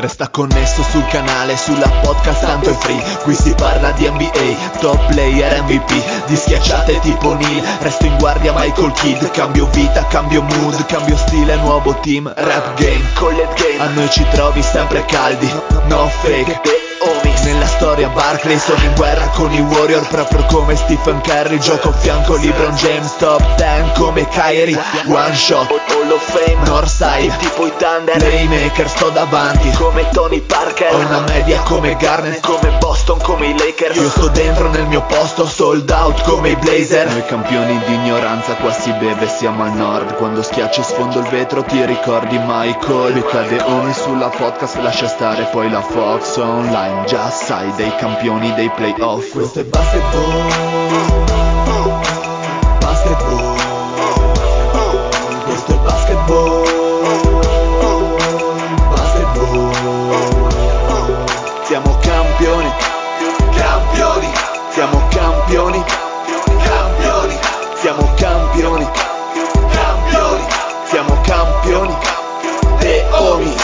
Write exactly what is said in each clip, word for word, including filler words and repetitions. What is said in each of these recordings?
Resta connesso sul canale, sulla podcast tanto è free. Qui si parla di N B A, top player M V P, di schiacciate tipo Neil. Resto in guardia Michael Kidd. Cambio vita, cambio mood, cambio stile, nuovo team. Rap game, collet game, a noi ci trovi sempre caldi. No fake, homies. Nella storia Barkley, sono in guerra con i Warrior, proprio come Stephen Curry. Gioco a fianco LeBron James, top dieci come Kyrie. One shot, Hall of Fame, Northside, tipo i Thunder. Playmaker, sto davanti come Tony Parker. Ho una media come Garnett, come Boston, come i Lakers. Io sto dentro nel mio posto, sold out come i Blazer. Noi campioni di ignoranza, qua si beve, siamo al nord. Quando schiaccio e sfondo il vetro ti ricordi Michael. Mi cade ogni sulla podcast, lascia stare poi la Fox online. Già sai, dei campioni dei playoff. Questo è basketball, basketball. Questo è basketball, basketball. Siamo campioni, campioni. Siamo campioni, campioni. Siamo campioni, campioni. Siamo campioni, The Homies.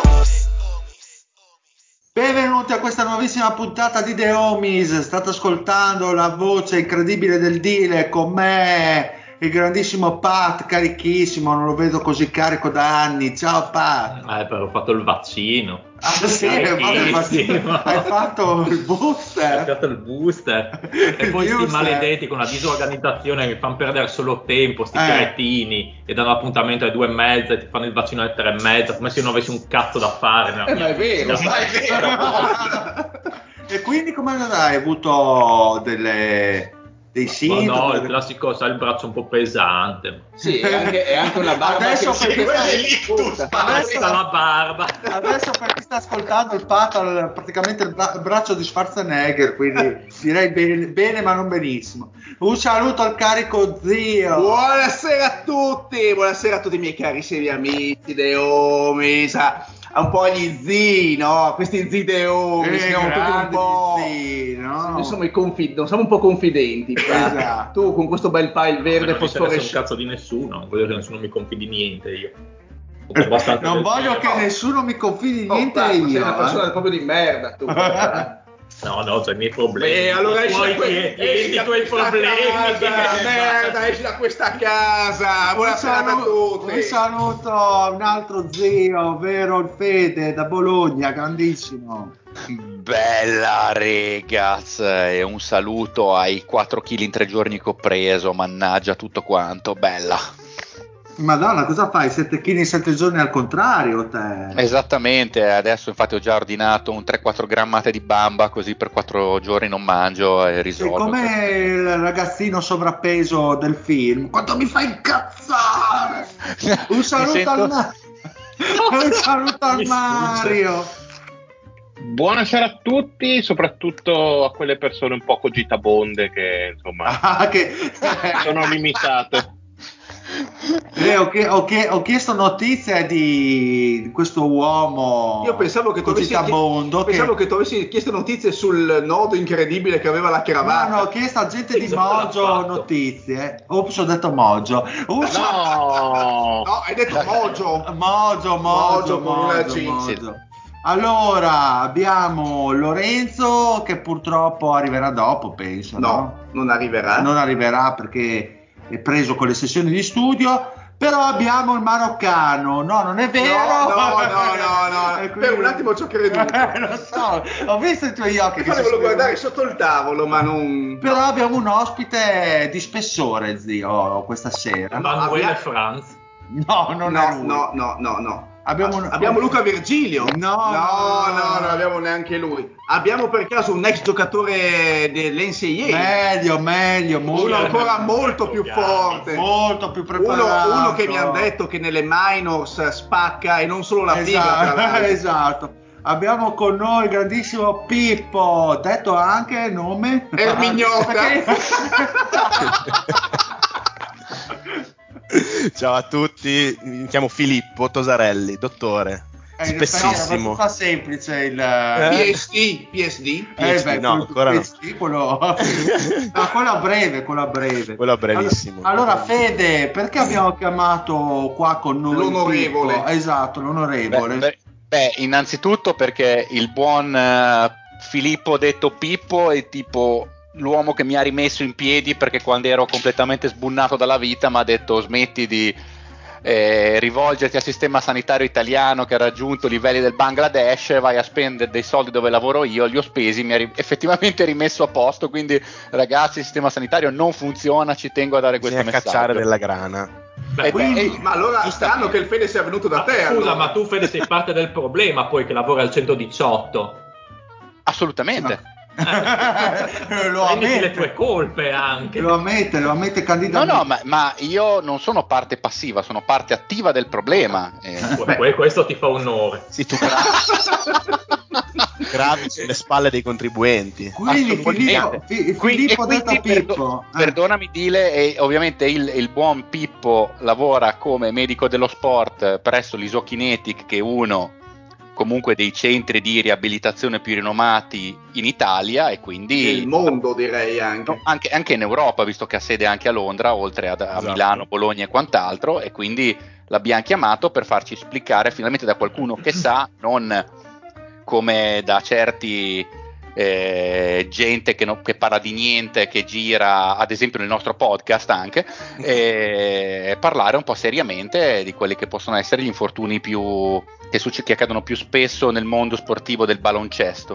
Benvenuti a questa nuovissima puntata di The Homies. State ascoltando la voce incredibile del Dile, con me il grandissimo Pat, carichissimo, non lo vedo così carico da anni. Ciao Pat. Eh, però ho fatto il vaccino. Ah sì, hai fatto il vaccino. Hai fatto il booster. Ho fatto il booster. E poi sti maledetti con la disorganizzazione che mi fanno perdere solo tempo, sti Eh. cretini, e danno appuntamento alle due e mezza e ti fanno il vaccino alle tre e mezza, come se io non avessi un cazzo da fare. Eh, ma è vero, ma è vero. E quindi come hai avuto delle dei Ma sintomi? no, il classico, sai, il braccio un po' pesante. Sì, è anche, è anche una barba Adesso che perché si adesso, la barba. adesso per chi sta ascoltando il Pat ha il- praticamente il, bra- il braccio di Schwarzenegger, quindi direi bene, bene ma non benissimo. Un saluto al carico zio. Buonasera a tutti, buonasera a tutti i miei carissimi amici The Homies, a, a un po' gli zii, no? Questi zii The Homies, Eh, siamo tutti un grandi po'... zii, no? Noi siamo, i confi- non siamo un po' confidenti, Pat. Esatto. Tu con questo bel file verde Non mi interessa un fosforescente. cazzo di nessuno, voglio che nessuno mi confidi niente io. Ho abbastanza Non del voglio mio. che nessuno mi confidi Oh, niente Pat, ma sei io. una persona eh. proprio di merda, tu. No, no, c'ho i miei problemi. Beh, allora I esci tuoi da, que- clienti, esci i da tuoi questa problemi. casa, merda, esci da questa casa. Buonasera a Un tutti. saluto a un altro zio, ovvero il Fede da Bologna, grandissimo. Bella ragazzi, e un saluto ai quattro chili in tre giorni che ho preso, mannaggia tutto quanto, bella. Madonna, cosa fai? sette chili in sette giorni al contrario, te? Esattamente, adesso infatti ho già ordinato un tre quattro grammate di bamba, così per quattro giorni non mangio e Sei risolvo. come il ragazzino sovrappeso del film. Quanto mi fai incazzare! Un saluto sento- al, Ma- un saluto al Mi sfugge. Mario. Buonasera a tutti, soprattutto a quelle persone un po' cogitabonde che insomma Ah, che... sono limitate. Eh, ho, chie- ho chie- ho chiesto notizie di, di questo uomo Io pensavo che tu avessi, cogitabondo che... pensavo che tu avessi chiesto notizie sul nodo incredibile che aveva la No, cravatta. no, ho chiesto a gente di Cosa l'ha Mojo fatto? notizie. Ops, ho detto Mojo. Ups, No, No, hai detto Mojo. Mojo, Mojo, Mojo con una Mojo, G. Mojo. Allora, abbiamo Lorenzo che purtroppo arriverà dopo, penso. No, No, non arriverà. non arriverà perché è preso con le sessioni di studio. Però abbiamo il maroccano. No, non è vero. No, no, no, no, no. E quindi- Per un attimo ci ho creduto. Eh, lo so, ho visto i tuoi occhi. che Io si volevo sono- guardare sotto il tavolo, ma non... Però abbiamo un ospite di spessore, zio, questa sera. Emanuele abbia- Franz. No, non è No, lui. no, no, no, no. Abbiamo, un- Abbiamo Luca Virgilio. No, no, no, no, non abbiamo neanche lui. Abbiamo per caso un ex giocatore dell'N C A A. Meglio, meglio, molto, Uno ancora molto più forte. molto più Uno, preparato. uno che mi hanno detto che nelle minors spacca e non solo la figa, tra Esatto, l'altro. esatto. Abbiamo con noi il grandissimo Pippo, detto anche nome Ermignotta. Perché- Ciao a tutti, mi chiamo Filippo Tosarelli, dottore. Eh, in effetti È Spessissimo. abbastanza semplice il P S D, P S D. Eh beh, no, quello- ancora no. sì, quello... no, quello a breve, quello a breve. Quello a brevissimo. Allora, Fede, perché abbiamo chiamato qua con noi L'onorevole. Pippo? Esatto, l'onorevole. Beh, beh, Beh, innanzitutto perché il buon uh, Filippo detto Pippo è tipo l'uomo che mi ha rimesso in piedi, perché quando ero completamente sbunnato dalla vita mi ha detto smetti di eh, rivolgerti al sistema sanitario italiano che ha raggiunto i livelli del Bangladesh, vai a spendere dei soldi dove lavoro io, li ho spesi, mi ha ri- effettivamente rimesso a posto, quindi ragazzi il sistema sanitario non funziona, ci tengo a dare questo Bisogna messaggio. cacciare della grana. Beh, E quindi, quindi- ma allora giusta- strano che il Fede sia venuto da Ma te. scusa, allora. ma tu Fede sei parte del problema poi che lavora al centodiciotto. Assolutamente. lo Prenditi le tue ammette, colpe anche. lo ammette, lo ammette No, candidamente. no, ma, ma io non sono parte passiva, sono parte attiva del problema. Eh, Que- questo ti fa onore. Sì, tu gravi, gravi sulle spalle dei contribuenti. Quindi Filippo, Fi- Qui- Filippo e quindi detto perdo- Pippo, eh. perdonami Dile, e ovviamente il, il buon Pippo lavora come medico dello sport presso l'Isokinetic, che è uno comunque dei centri di riabilitazione più rinomati in Italia, e quindi Nel mondo, direi anche. no, anche, anche in Europa, visto che ha sede anche a Londra, oltre ad- a, Esatto. Milano, Bologna e quant'altro, e quindi l'abbiamo chiamato per farci spiegare finalmente da qualcuno che sa, non come da certi eh, gente che, no, che parla di niente, che gira ad esempio nel nostro podcast anche, e parlare un po' seriamente di quelli che possono essere gli infortuni più che, succe- che accadono più spesso nel mondo sportivo del baloncesto.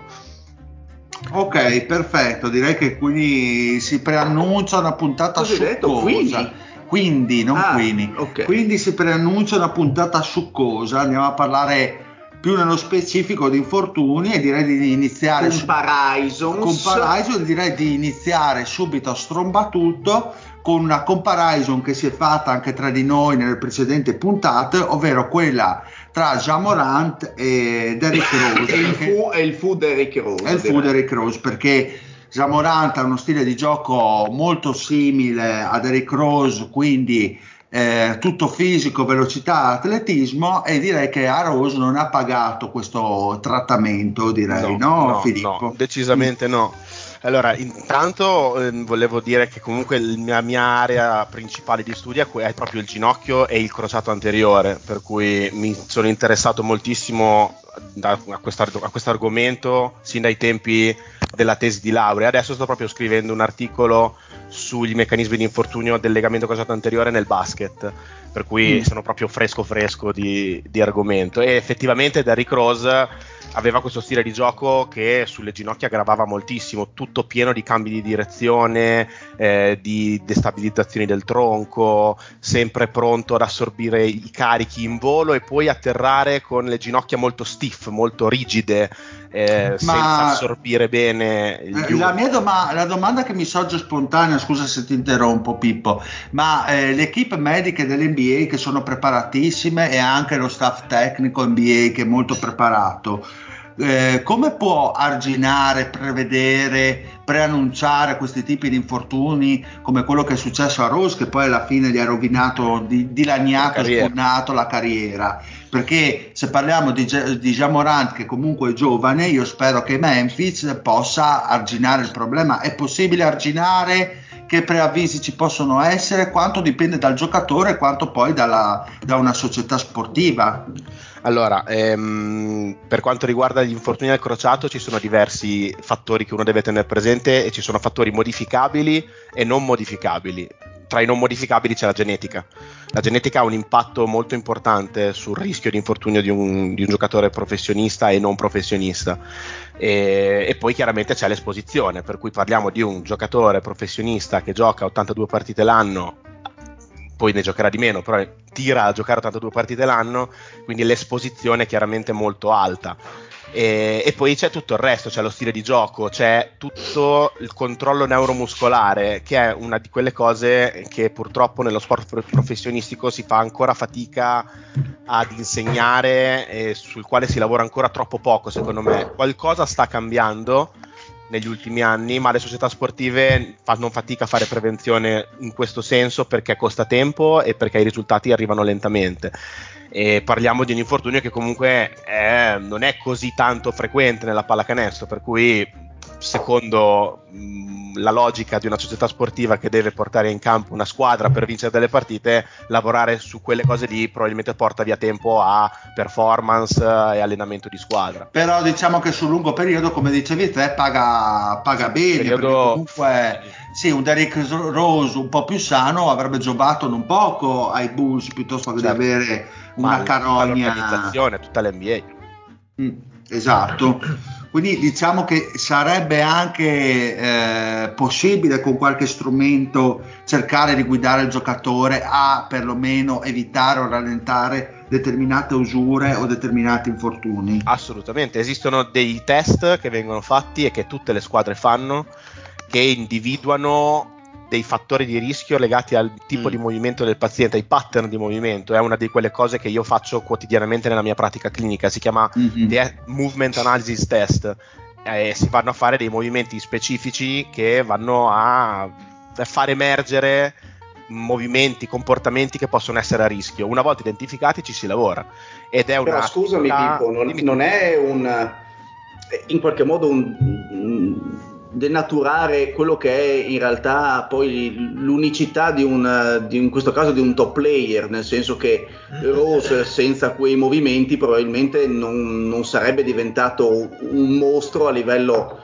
Ok, perfetto, direi che quindi si preannuncia una puntata Cosa hai detto? succosa. Quindi? Quindi, non Ah, quindi. ok. Quindi si preannuncia una puntata succosa, andiamo a parlare più nello specifico di infortuni e direi di iniziare su- Comparisons. comparison, direi di iniziare subito a strombatutto con una comparison che si è fatta anche tra di noi nelle precedenti puntate, ovvero quella tra Ja Morant e Derrick Rose. E il perché- fu, e il fu Derrick Rose. è il fu Derrick Rose, perché Ja Morant ha uno stile di gioco molto simile a Derrick Rose, quindi eh, tutto fisico, velocità, atletismo, e direi che a Rose non ha pagato questo trattamento, direi, no, Filippo? no, decisamente no. Allora, intanto ehm, volevo dire che comunque il- la mia area principale di studio è que- è proprio il ginocchio e il crociato anteriore, per cui mi sono interessato moltissimo da- a quest'arg- a questo argomento sin dai tempi della tesi di laurea. Adesso sto proprio scrivendo un articolo sugli meccanismi di infortunio del legamento crociato anteriore nel basket, per cui Mm. sono proprio fresco fresco di, di argomento. E effettivamente Derrick Rose aveva questo stile di gioco che sulle ginocchia gravava moltissimo, tutto pieno di cambi di direzione, eh, di destabilizzazioni del tronco, sempre pronto ad assorbire i carichi in volo e poi atterrare con le ginocchia molto stiff, molto rigide, eh, senza assorbire bene il Eh, La gluteo. mia doma- la domanda che mi sorge spontanea, scusa se ti interrompo Pippo, ma eh, le equip mediche dell'N B A che sono preparatissime e anche lo staff tecnico N B A che è molto preparato, eh, come può arginare, prevedere, preannunciare questi tipi di infortuni come quello che è successo a Rose, che poi alla fine gli ha rovinato, di, dilaniato, La carriera. spunnato la carriera? Perché se parliamo di, Ja- di Ja Morant, che comunque è giovane, io spero che Memphis possa arginare il problema. È possibile arginare? Che preavvisi ci possono essere? Quanto dipende dal giocatore e quanto poi dalla, da una società sportiva? Allora, ehm, per quanto riguarda gli infortuni al crociato ci sono diversi fattori che uno deve tenere presente e ci sono fattori modificabili e non modificabili. Tra i non modificabili c'è la genetica. La genetica ha un impatto molto importante sul rischio di infortunio di un, di un giocatore professionista e non professionista. E, e poi chiaramente c'è l'esposizione, per cui parliamo di un giocatore professionista che gioca ottantadue partite l'anno, poi ne giocherà di meno, però tira a giocare ottantadue partite l'anno, quindi l'esposizione è chiaramente molto alta. E, e poi c'è tutto il resto, c'è lo stile di gioco, c'è tutto il controllo neuromuscolare, che è una di quelle cose che purtroppo nello sport pro- professionistico si fa ancora fatica ad insegnare e sul quale si lavora ancora troppo poco, secondo me. Qualcosa sta cambiando negli ultimi anni, ma le società sportive fanno fatica a fare prevenzione in questo senso perché costa tempo e perché i risultati arrivano lentamente. E parliamo di un infortunio che comunque è, non è così tanto frequente nella pallacanestro, per cui secondo mh, la logica di una società sportiva che deve portare in campo una squadra per vincere delle partite, lavorare su quelle cose lì probabilmente porta via tempo a performance e allenamento di squadra. Però diciamo che sul lungo periodo, come dicevi te, paga, paga bene, periodo... perché comunque sì, un Derrick Rose un po' più sano avrebbe giocato non poco ai Bulls piuttosto che certo. di avere una Ma carogna, tutta l'organizzazione, tutta l'N B A. mm, esatto. Quindi diciamo che sarebbe anche eh, possibile con qualche strumento cercare di guidare il giocatore a perlomeno evitare o rallentare determinate usure o determinati infortuni. Assolutamente, esistono dei test che vengono fatti e che tutte le squadre fanno, che individuano dei fattori di rischio legati al tipo mm. di movimento del paziente, ai pattern di movimento. È una di quelle cose che io faccio quotidianamente nella mia pratica clinica, si chiama mm-hmm. The Movement Analysis Test, e si vanno a fare dei movimenti specifici che vanno a far emergere movimenti, comportamenti che possono essere a rischio. Una volta identificati ci si lavora, ed è una però scusami Pippo, non, non è un in qualche modo un, un denaturare quello che è in realtà poi l'unicità di un, di in questo caso di un top player, nel senso che Rose senza quei movimenti probabilmente non, non sarebbe diventato un mostro a livello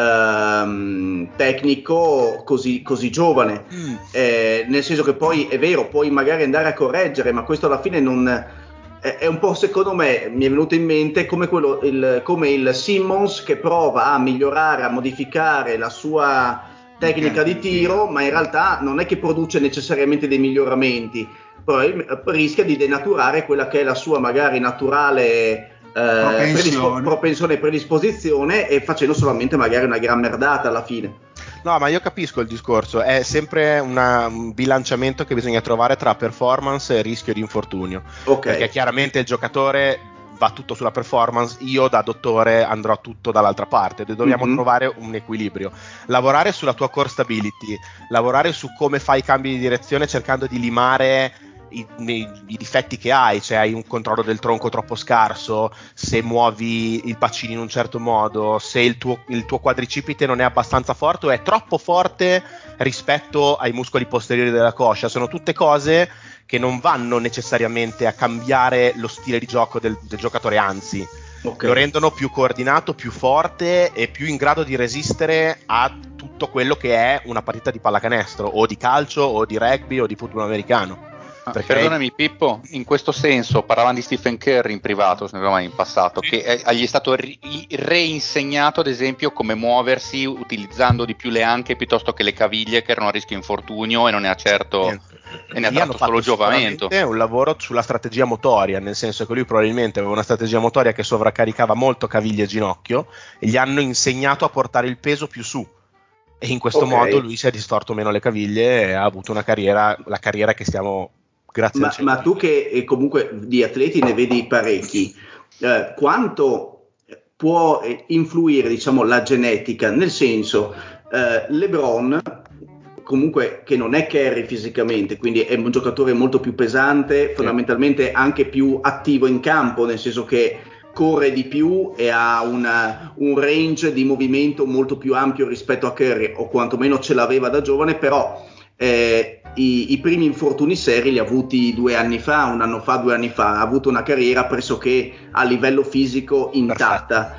ehm, tecnico così, così giovane, mm. eh, nel senso che poi è vero, puoi magari andare a correggere, ma questo alla fine non è un po', secondo me, mi è venuto in mente come, quello, il, come il Simmons che prova a migliorare, a modificare la sua tecnica okay. di tiro, ma in realtà non è che produce necessariamente dei miglioramenti, poi rischia di denaturare quella che è la sua magari naturale eh, predispo- propensione e predisposizione, e facendo solamente magari una gran merdata alla fine. No, ma io capisco il discorso, è sempre una, un bilanciamento che bisogna trovare tra performance e rischio di infortunio, okay. perché chiaramente il giocatore va tutto sulla performance, io da dottore andrò tutto dall'altra parte, dobbiamo mm-hmm. trovare un equilibrio, lavorare sulla tua core stability, lavorare su come fai i cambi di direzione cercando di limare I, i, i difetti che hai, cioè hai un controllo del tronco troppo scarso, se muovi il bacino in un certo modo, se il tuo, il tuo quadricipite non è abbastanza forte o è troppo forte rispetto ai muscoli posteriori della coscia. Sono tutte cose che non vanno necessariamente a cambiare lo stile di gioco del, del giocatore, anzi okay. lo rendono più coordinato, più forte e più in grado di resistere a tutto quello che è una partita di pallacanestro o di calcio o di rugby o di football americano. Ah, perdonami Pippo, in questo senso parlavamo di Stephen Curry in privato, in passato, sì. che è, gli è stato ri- reinsegnato ad esempio come muoversi utilizzando di più le anche piuttosto che le caviglie, che erano a rischio infortunio, e non ne ha certo e ne ha tratto solo giovamento. È un lavoro sulla strategia motoria, nel senso che lui probabilmente aveva una strategia motoria che sovraccaricava molto caviglie e ginocchio, e gli hanno insegnato a portare il peso più su, e in questo okay. modo lui si è distorto meno le caviglie e ha avuto una carriera, la carriera che stiamo Grazie ma, ma tu che comunque di atleti ne vedi parecchi, eh, quanto può influire, diciamo, la genetica? Nel senso, eh, LeBron, comunque, che non è Curry fisicamente, quindi è un giocatore molto più pesante, fondamentalmente anche più attivo in campo, nel senso che corre di più e ha una, un range di movimento molto più ampio rispetto a Curry, o quantomeno ce l'aveva da giovane, però eh, I, i primi infortuni seri li ha avuti due anni fa, un anno fa, due anni fa, ha avuto una carriera pressoché a livello fisico intatta.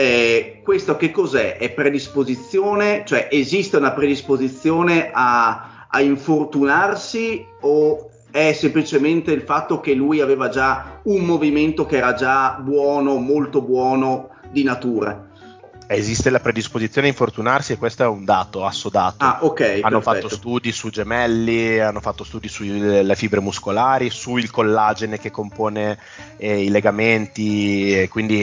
Eh, questo che cos'è? È predisposizione? Cioè esiste una predisposizione a, a infortunarsi, o è semplicemente il fatto che lui aveva già un movimento che era già buono, molto buono di natura? Esiste la predisposizione a infortunarsi, e questo è un dato assodato. Ah, ok, hanno perfetto. fatto studi su gemelli, hanno fatto studi sulle fibre muscolari, sul collagene che compone eh, i legamenti, e quindi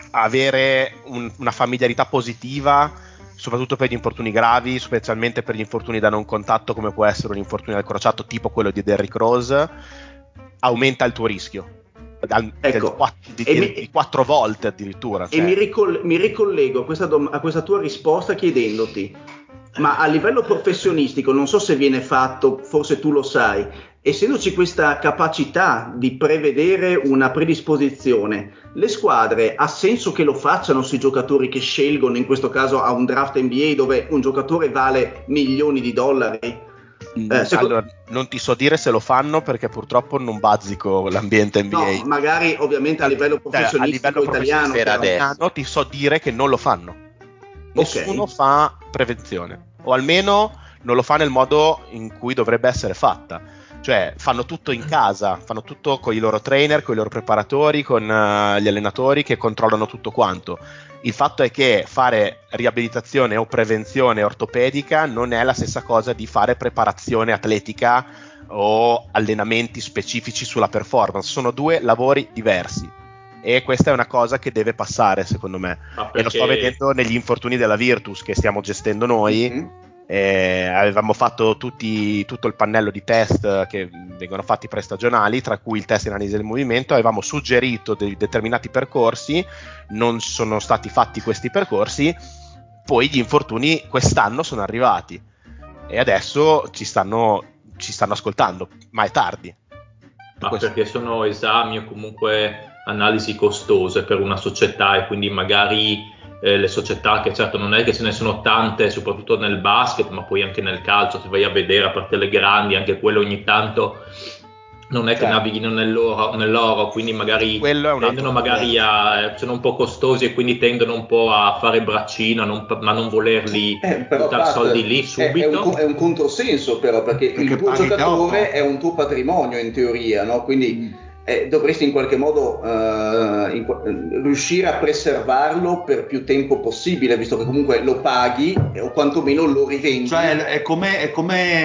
avere un, una familiarità positiva, soprattutto per gli infortuni gravi, specialmente per gli infortuni da non contatto come può essere un infortunio al crociato tipo quello di Derrick Rose, aumenta il tuo rischio. Al, ecco, di, di, mi, di quattro volte addirittura, cioè. E mi, ricoll- mi ricollego a questa, dom- a questa tua risposta chiedendoti Ma a livello professionistico, non so se viene fatto, forse tu lo sai, essendoci questa capacità di prevedere una predisposizione, le squadre ha senso che lo facciano sui giocatori che scelgono, in questo caso a un draft N B A dove un giocatore vale milioni di dollari? Eh, secondo... Allora, non ti so dire se lo fanno perché purtroppo non bazzico l'ambiente N B A. No, magari ovviamente a livello professionistico, cioè, a livello italiano, italiano ti so dire che non lo fanno. Nessuno okay. fa prevenzione, o almeno non lo fa nel modo in cui dovrebbe essere fatta. Cioè fanno tutto in casa, fanno tutto con i loro trainer, con i loro preparatori, con uh, gli allenatori che controllano tutto quanto. Il fatto è che fare riabilitazione o prevenzione ortopedica non è la stessa cosa di fare preparazione atletica o allenamenti specifici sulla performance, sono due lavori diversi e questa è una cosa che deve passare secondo me. Perché... e lo sto vedendo negli infortuni della Virtus che stiamo gestendo noi. Mm-hmm. Eh, avevamo fatto tutti, tutto il pannello di test che vengono fatti prestagionali, tra cui il test in analisi del movimento. Avevamo suggerito dei determinati percorsi, non sono stati fatti questi percorsi, poi gli infortuni quest'anno sono arrivati e adesso ci stanno, ci stanno ascoltando, ma è tardi. Ma perché sono esami o comunque analisi costose per una società e quindi magari Eh, le società, che certo non è che ce ne sono tante, soprattutto nel basket, ma poi anche nel calcio, se vai a vedere, a parte le grandi, anche quello ogni tanto non è che certo. navighino nell'oro, nell'oro, quindi magari tendono magari a, sono un po' costosi e quindi tendono un po' a fare braccino, non, ma non volerli eh, buttare soldi lì subito. È, è, un, è un controsenso però, perché, perché il tuo giocatore dopo. È un tuo patrimonio in teoria, no? Quindi Eh, dovresti in qualche modo uh, in, riuscire a preservarlo per più tempo possibile, visto che comunque lo paghi o quantomeno lo rivendi. Cioè è come, è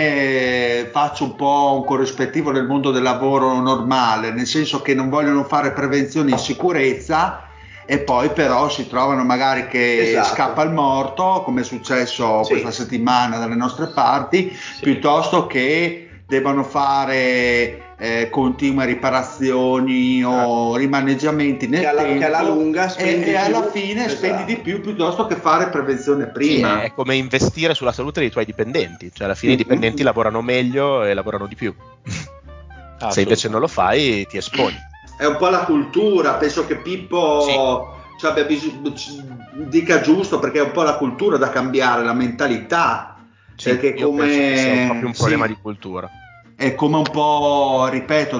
come faccio un po' un corrispettivo nel mondo del lavoro normale, nel senso che non vogliono fare prevenzione in sicurezza e poi però si trovano magari che esatto. scappa il morto, come è successo sì. questa settimana dalle nostre parti, sì. piuttosto che debbano fare Eh, continue riparazioni ah. o rimaneggiamenti nel che alla, tempo che alla lunga e, e alla più. fine esatto. spendi di più piuttosto che fare prevenzione prima. Sì, è come investire sulla salute dei tuoi dipendenti, cioè alla fine mm-hmm. i dipendenti lavorano meglio e lavorano di più. Ah, se invece non lo fai ti esponi. È un po' la cultura, penso che Pippo sì. cioè, abbia bisogno, dica giusto, perché è un po' la cultura da cambiare, la mentalità, sì, perché io come penso che sia proprio un problema sì. di cultura. È come un po', ripeto,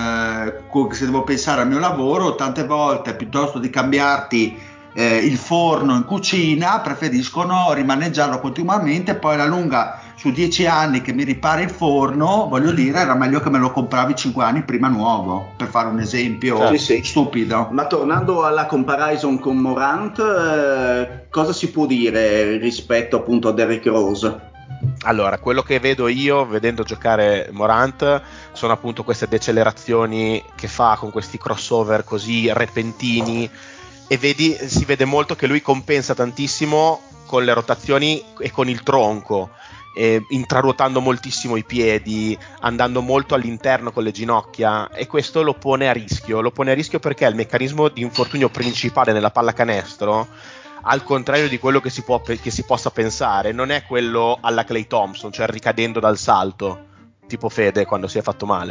se devo pensare al mio lavoro, tante volte piuttosto di cambiarti eh, il forno in cucina, preferiscono rimaneggiarlo continuamente, poi alla lunga, su dieci anni che mi ripari il forno, voglio dire, era meglio che me lo compravi cinque anni prima nuovo, per fare un esempio sì, sì. stupido. Ma tornando alla comparison con Morant, eh, cosa si può dire rispetto appunto a Derrick Rose? Allora, quello che vedo io vedendo giocare Morant sono appunto queste decelerazioni che fa con questi crossover così repentini e vedi, si vede molto che lui compensa tantissimo con le rotazioni e con il tronco, eh, intraruotando moltissimo i piedi, andando molto all'interno con le ginocchia, e questo lo pone a rischio, lo pone a rischio perché il meccanismo di infortunio principale nella pallacanestro, al contrario di quello che si, può, che si possa pensare, non è quello alla Klay Thompson, cioè ricadendo dal salto, tipo Fede quando si è fatto male.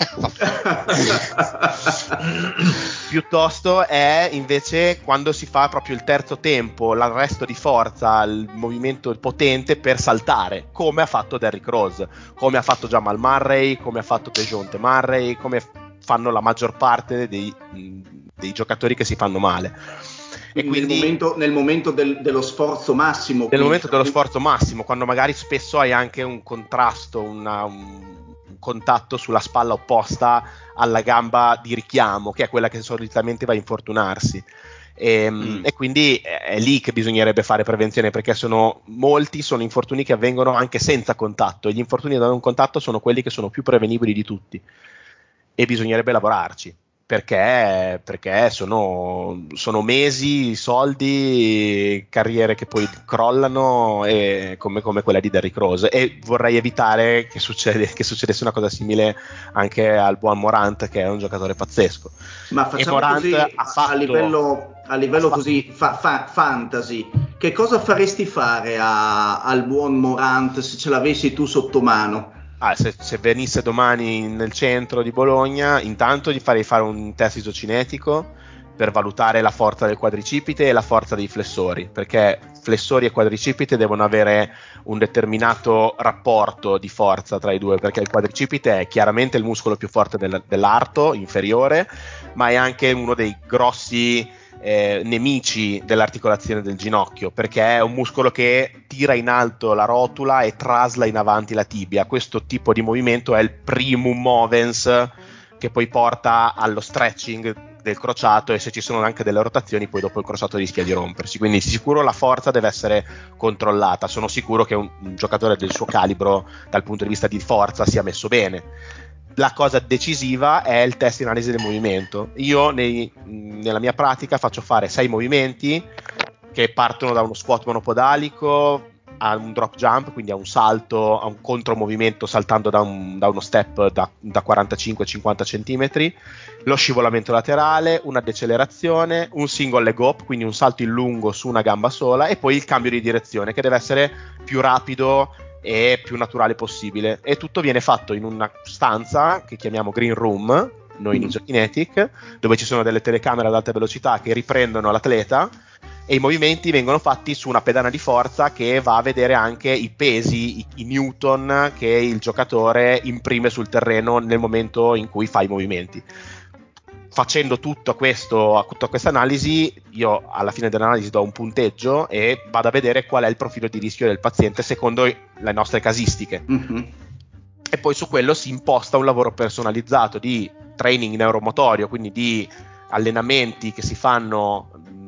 Piuttosto è invece quando si fa proprio il terzo tempo, l'arresto di forza, il movimento potente per saltare, come ha fatto Derrick Rose, come ha fatto Jamal Murray, come ha fatto DeJounte Murray, come fanno la maggior parte dei, dei giocatori che si fanno male. E quindi nel momento, nel momento del, dello sforzo massimo, nel momento dello sforzo massimo, quando magari spesso hai anche un contrasto, una, un, un contatto sulla spalla opposta alla gamba di richiamo, che è quella che solitamente va a infortunarsi. E, mm. e quindi è lì che bisognerebbe fare prevenzione, perché sono molti sono infortuni che avvengono anche senza contatto, e gli infortuni da un contatto sono quelli che sono più prevenibili di tutti, e bisognerebbe lavorarci. Perché, perché sono, sono mesi, soldi, carriere che poi crollano, e come, come quella di Derrick Rose, e vorrei evitare che, succede, che succedesse una cosa simile anche al buon Morant, che è un giocatore pazzesco. Ma facciamo così, ha fatto... a, livello, a livello così fa, fa, fantasy, che cosa faresti fare a, al buon Morant se ce l'avessi tu sotto mano? Ah, se, se venisse domani nel centro di Bologna, intanto gli farei fare un test isocinetico per valutare la forza del quadricipite e la forza dei flessori, perché flessori e quadricipite devono avere un determinato rapporto di forza tra i due, perché il quadricipite è chiaramente il muscolo più forte del, dell'arto inferiore, ma è anche uno dei grossi eh, nemici dell'articolazione del ginocchio, perché è un muscolo che tira in alto la rotula e trasla in avanti la tibia. Questo tipo di movimento è il primum movens che poi porta allo stretching del crociato, e se ci sono anche delle rotazioni poi dopo il crociato rischia di rompersi, quindi sicuro la forza deve essere controllata. Sono sicuro che un, un giocatore del suo calibro dal punto di vista di forza sia messo bene. La cosa decisiva è il test di analisi del movimento. Io nei, nella mia pratica faccio fare sei movimenti che partono da uno squat monopodalico a un drop jump, quindi a un salto, a un contromovimento saltando da, un, da uno step da, da quarantacinque cinquanta centimetri, lo scivolamento laterale, una decelerazione, un single leg hop, quindi un salto in lungo su una gamba sola, e poi il cambio di direzione che deve essere più rapido e più naturale possibile, e tutto viene fatto in una stanza che chiamiamo green room noi in Isokinetic, dove ci sono delle telecamere ad alta velocità che riprendono l'atleta, e i movimenti vengono fatti su una pedana di forza che va a vedere anche i pesi, i, i newton che il giocatore imprime sul terreno nel momento in cui fa i movimenti. Facendo tutto questo, tutta questa analisi, io alla fine dell'analisi do un punteggio e vado a vedere qual è il profilo di rischio del paziente secondo le nostre casistiche. Mm-hmm. E poi su quello si imposta un lavoro personalizzato di training neuromotorio, quindi di allenamenti che si fanno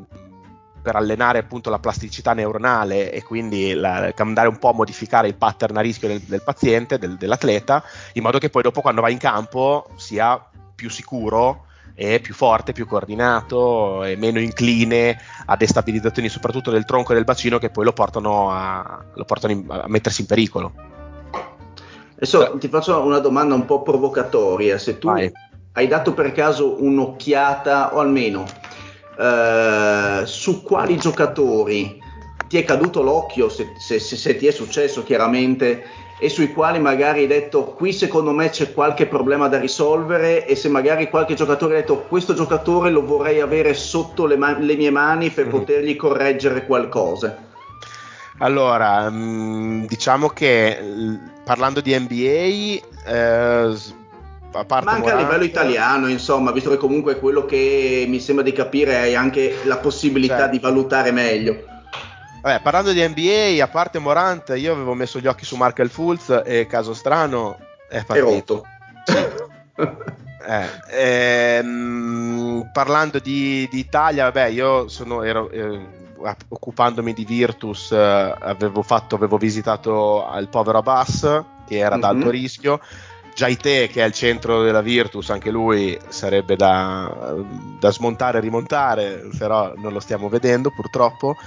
per allenare appunto la plasticità neuronale e quindi la, andare un po' a modificare il pattern a rischio del, del paziente, del, dell'atleta, in modo che poi dopo quando va in campo sia più sicuro e più forte, più coordinato e meno incline a destabilizzazioni soprattutto del tronco e del bacino che poi lo portano a, lo portano in, a mettersi in pericolo. Adesso ti faccio una domanda un po' provocatoria. Se tu Vai. hai dato per caso un'occhiata, o almeno Uh, su quali giocatori ti è caduto l'occhio, se, se, se, se ti è successo chiaramente, e sui quali magari hai detto qui secondo me c'è qualche problema da risolvere, e se magari qualche giocatore ha detto questo giocatore lo vorrei avere sotto le, man- le mie mani per mm. potergli correggere qualcosa. Allora, mh, diciamo che parlando di N B A eh, a parte ma anche Morant, a livello italiano, insomma, visto che comunque è quello che mi sembra di capire hai anche la possibilità certo. di valutare meglio. Vabbè, parlando di N B A, a parte Morant, io avevo messo gli occhi su Markel Fultz e caso strano è partito. È rotto. eh, ehm, parlando di, di Italia, vabbè, io sono ero eh, occupandomi di Virtus, eh, avevo fatto avevo visitato il povero Abbas che era mm-hmm. ad alto rischio. Jaite, che è il centro della Virtus, anche lui sarebbe da, da smontare e rimontare, però non lo stiamo vedendo purtroppo.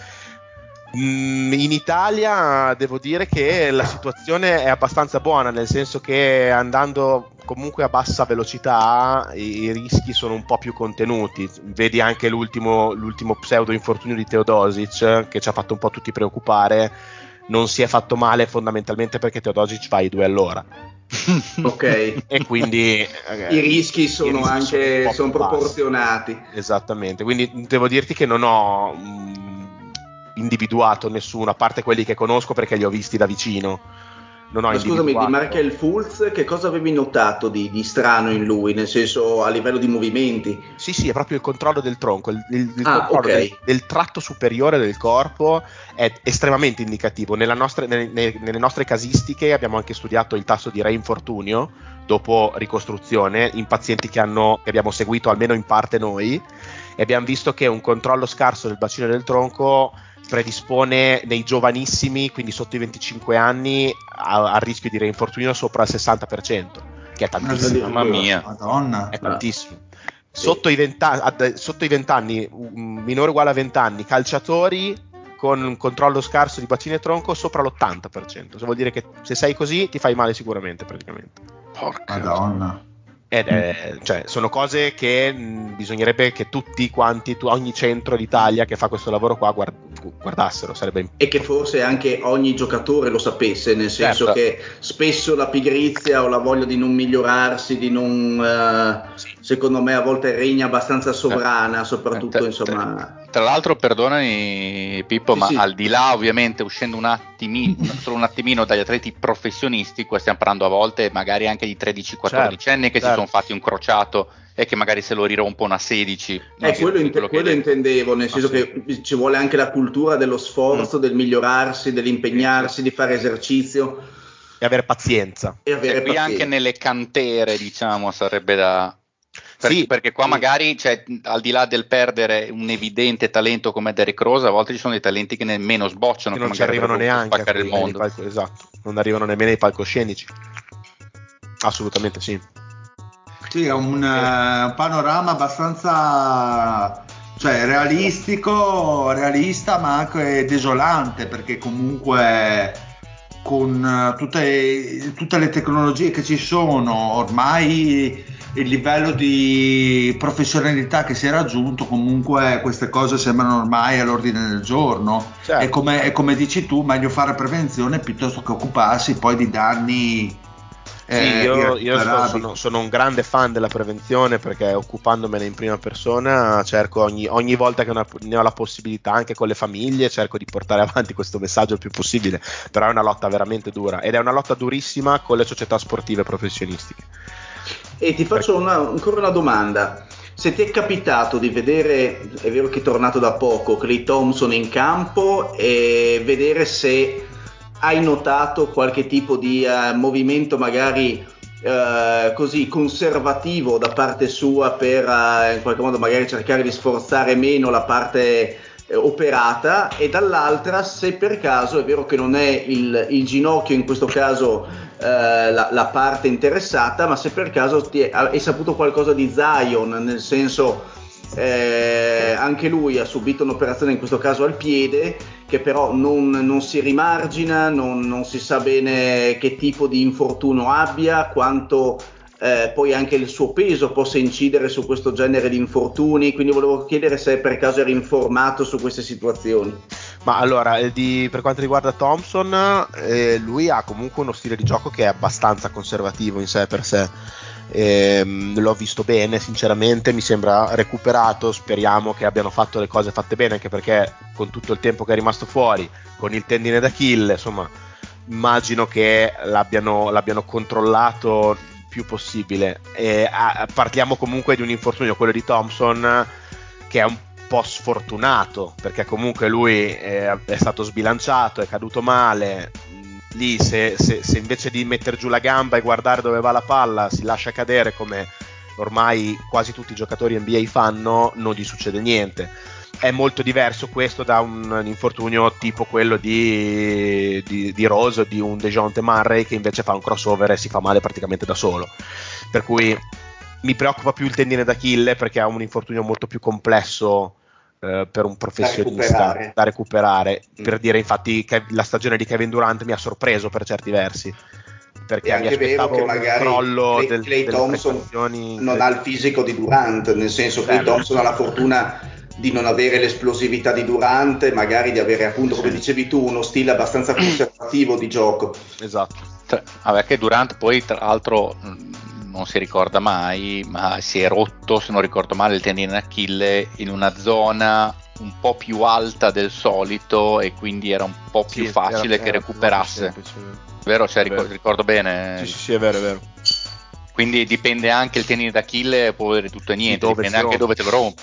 Mm, in Italia devo dire che la situazione è abbastanza buona, nel senso che andando comunque a bassa velocità i, i rischi sono un po' più contenuti. Vedi anche l'ultimo, l'ultimo pseudo infortunio di Teodosic che ci ha fatto un po' tutti preoccupare. Non si è fatto male fondamentalmente perché Teodosic fa i due all'ora. Ok, e quindi eh, i rischi sono i rischi anche sono, sono proporzionati bassi. Esattamente, quindi devo dirti che non ho mh, individuato nessuno, a parte quelli che conosco perché li ho visti da vicino. Non ho Ma scusami, di Markel Fultz che cosa avevi notato di, di strano in lui, nel senso a livello di movimenti? Sì sì, è proprio il controllo del tronco, il, il, il ah, controllo okay. del, del tratto superiore del corpo è estremamente indicativo. Nella nostra, nelle, nelle nostre casistiche abbiamo anche studiato il tasso di reinfortunio dopo ricostruzione in pazienti che, hanno, che abbiamo seguito almeno in parte noi, e abbiamo visto che un controllo scarso del bacino del tronco predispone nei giovanissimi, quindi sotto i venticinque anni, al rischio di reinfortunio sopra il sessanta per cento, che è tantissimo. Mamma mia, Madonna. È tantissimo. Sotto, sì. i venti, sotto i venti anni, minore o uguale a venti anni, calciatori con un controllo scarso di bacino e tronco sopra l'ottanta per cento. Cioè vuol dire che se sei così ti fai male sicuramente, praticamente. Porca Madonna. Ed è, cioè, sono cose che mh, bisognerebbe che tutti quanti, tu, ogni centro d'Italia che fa questo lavoro qua guard- guardassero, sarebbe... E che forse anche ogni giocatore lo sapesse, nel senso Certo. che spesso la pigrizia o la voglia di non migliorarsi, di non, eh, Sì. secondo me a volte regna abbastanza sovrana, soprattutto Tra- insomma. Tra l'altro, perdonami Pippo, Sì, ma sì. al di là ovviamente uscendo un attimino, solo un attimino dagli atleti professionisti, qua stiamo parlando a volte magari anche di tredici quattordici anni che certo. si sono fatti un crociato e che magari se lo rirompono a sedici. Eh, quello, per inte- quello che hai quello detto. intendevo, nel senso Ah, sì. che ci vuole anche la cultura dello sforzo, Mm. del migliorarsi, dell'impegnarsi, di fare esercizio E avere pazienza. e Cioè, avere qui anche pazienza. nelle cantere, diciamo, sarebbe da... Per- Sì, perché qua sì. magari, cioè, al di là del perdere un evidente talento come Derrick Rose, a volte ci sono dei talenti che nemmeno sbocciano, che che non ci magari arrivano avrebbero potuto neanche a spaccare il quei- ai mondo. palco- esatto, non arrivano nemmeno ai palcoscenici. Assolutamente sì. Sì, è un, eh, un panorama abbastanza, cioè, realistico, realista, ma anche desolante, perché comunque con eh, tutte, tutte le tecnologie che ci sono, ormai il livello di professionalità che si è raggiunto, comunque queste cose sembrano ormai all'ordine del giorno. Certo. E come, e come dici tu, meglio fare prevenzione piuttosto che occuparsi poi di danni. Sì, eh, io, io sto- irrecuperabili. sono, sono un grande fan della prevenzione perché occupandomene in prima persona cerco ogni, ogni volta che una- ne ho la possibilità, anche con le famiglie, cerco di portare avanti questo messaggio il più possibile, però è una lotta veramente dura ed è una lotta durissima con le società sportive professionistiche. E ti faccio una- ancora una domanda. Se ti è capitato di vedere, è vero che è tornato da poco, Klay Thompson in campo, e vedere se hai notato qualche tipo di eh, movimento magari eh, così conservativo da parte sua per eh, in qualche modo magari cercare di sforzare meno la parte eh, operata, e dall'altra se per caso, è vero che non è il, il ginocchio in questo caso eh, la, la parte interessata, ma se per caso ti è, hai saputo qualcosa di Zion, nel senso eh, anche lui ha subito un'operazione in questo caso al piede che però non, non si rimargina, non, non si sa bene che tipo di infortunio abbia, quanto eh, poi anche il suo peso possa incidere su questo genere di infortuni, quindi volevo chiedere se per caso eri informato su queste situazioni. Ma allora, eh, di- per quanto riguarda Thompson, eh, lui ha comunque uno stile di gioco che è abbastanza conservativo in sé per sé. Ehm, l'ho visto bene, sinceramente, mi sembra recuperato. Speriamo che abbiano fatto le cose fatte bene, anche perché con tutto il tempo che è rimasto fuori, con il tendine d'Achille, insomma, immagino che l'abbiano, l'abbiano controllato il più possibile. E, a, partiamo comunque di un infortunio, quello di Thompson, che è un po' sfortunato perché comunque lui è, è stato sbilanciato, è caduto male. Lì se, se, se invece di mettere giù la gamba e guardare dove va la palla si lascia cadere come ormai quasi tutti i giocatori N B A fanno, non gli succede niente. È molto diverso questo da un, un infortunio tipo quello di, di, di Rose o di un DeJounte Murray che invece fa un crossover e si fa male praticamente da solo, per cui mi preoccupa più il tendine d'Achille perché ha un infortunio molto più complesso eh, per un professionista recuperare. da recuperare. Mm. Per dire, infatti, che la stagione di Kevin Durant mi ha sorpreso per certi versi, perché È mi anche vero aspettavo che un magari crollo Klay, del, Klay delle Thompson prestazioni non ha il incredibili. fisico di Durant, nel senso che Klay Certo. Thompson ha la fortuna di non avere l'esplosività di Durant, magari di avere appunto, come Sì. dicevi tu, uno stile abbastanza conservativo di gioco. Esatto. Tra- vabbè, che Durant poi tra l'altro mh, non si ricorda mai, ma si è rotto, se non ricordo male, il tendine d'Achille in una zona un po' più alta del solito e quindi era un po' più Sì, facile era- che era più recuperasse. semplice. Vero? Cioè, È ricor- vero. ricordo bene. Sì, sì, sì, è vero, è vero. Quindi dipende anche il tendine d'Achille, può avere tutto e niente, dove dipende si anche rompe. dove te lo rompi.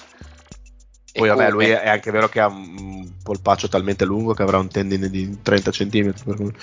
Poi E vabbè, come. lui è anche vero che ha un polpaccio talmente lungo che avrà un tendine di trenta centimetri. Per cui...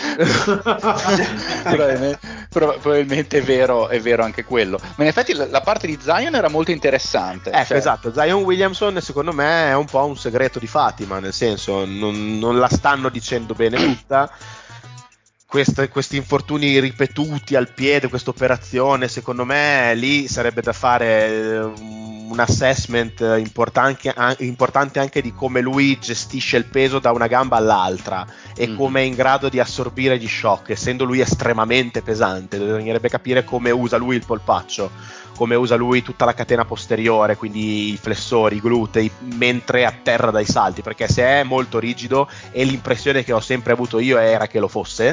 probabilmente, probabilmente è vero, è vero anche quello. Ma in effetti la, la parte di Zion era molto interessante. Ecco, cioè, esatto, Zion Williamson secondo me è un po' un segreto di Fatima, nel senso non, non la stanno dicendo bene tutta. Queste, questi infortuni ripetuti al piede, questa operazione, secondo me lì sarebbe da fare un un assessment importante, importante anche di come lui gestisce il peso da una gamba all'altra e mm. come è in grado di assorbire gli shock, essendo lui estremamente pesante. Bisognerebbe capire come usa lui il polpaccio, come usa lui tutta la catena posteriore, quindi i flessori, i glutei, mentre atterra dai salti, perché se è molto rigido, e l'impressione che ho sempre avuto io era che lo fosse,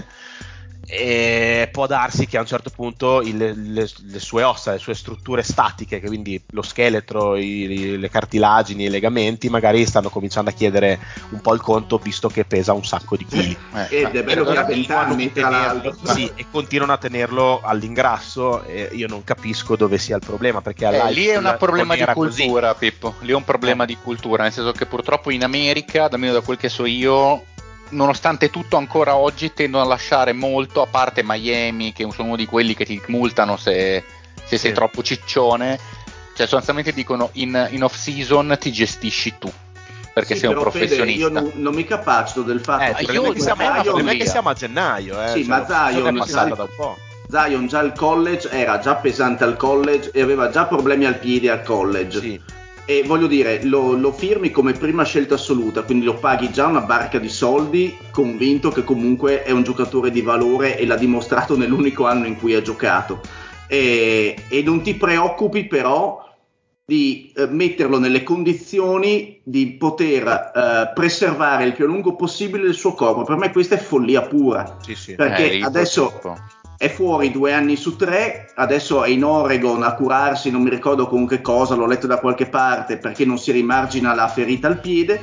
e può darsi che a un certo punto il, le, le sue ossa, le sue strutture statiche, quindi lo scheletro, i, le cartilagini, i legamenti, magari stanno cominciando a chiedere un po' il conto, visto che pesa un sacco di chili. Eh, Ed è bello che ha vent'anni, tra l'altro. Sì, e continuano a tenerlo all'ingrasso, e io non capisco dove sia il problema, perché eh, lì è un problema di cultura, così. Pippo, lì è un problema eh. di cultura, nel senso che purtroppo in America, da almeno da quel che so io, nonostante tutto ancora oggi tendono a lasciare molto, a parte Miami che sono uno di quelli che ti multano se, se sei sì. troppo ciccione, cioè sostanzialmente dicono in, in off season ti gestisci tu perché sì, sei un professionista. Fede, io non, non mi capacito del fatto eh, che io siamo, Zion, non è che siamo a gennaio eh, sì, cioè, ma Zion è passata da un po'. Zion già al college era già pesante al college e aveva già problemi al piede al college. Sì. E voglio dire, lo, lo firmi come prima scelta assoluta, quindi lo paghi già una barca di soldi, convinto che comunque è un giocatore di valore e l'ha dimostrato nell'unico anno in cui ha giocato. E, e non ti preoccupi però di eh, metterlo nelle condizioni di poter eh, preservare il più a lungo possibile il suo corpo. Per me questa è follia pura, sì, sì. perché eh, adesso è fuori due anni su tre, adesso è in Oregon a curarsi, non mi ricordo con che cosa, l'ho letto da qualche parte, perché non si rimargina la ferita al piede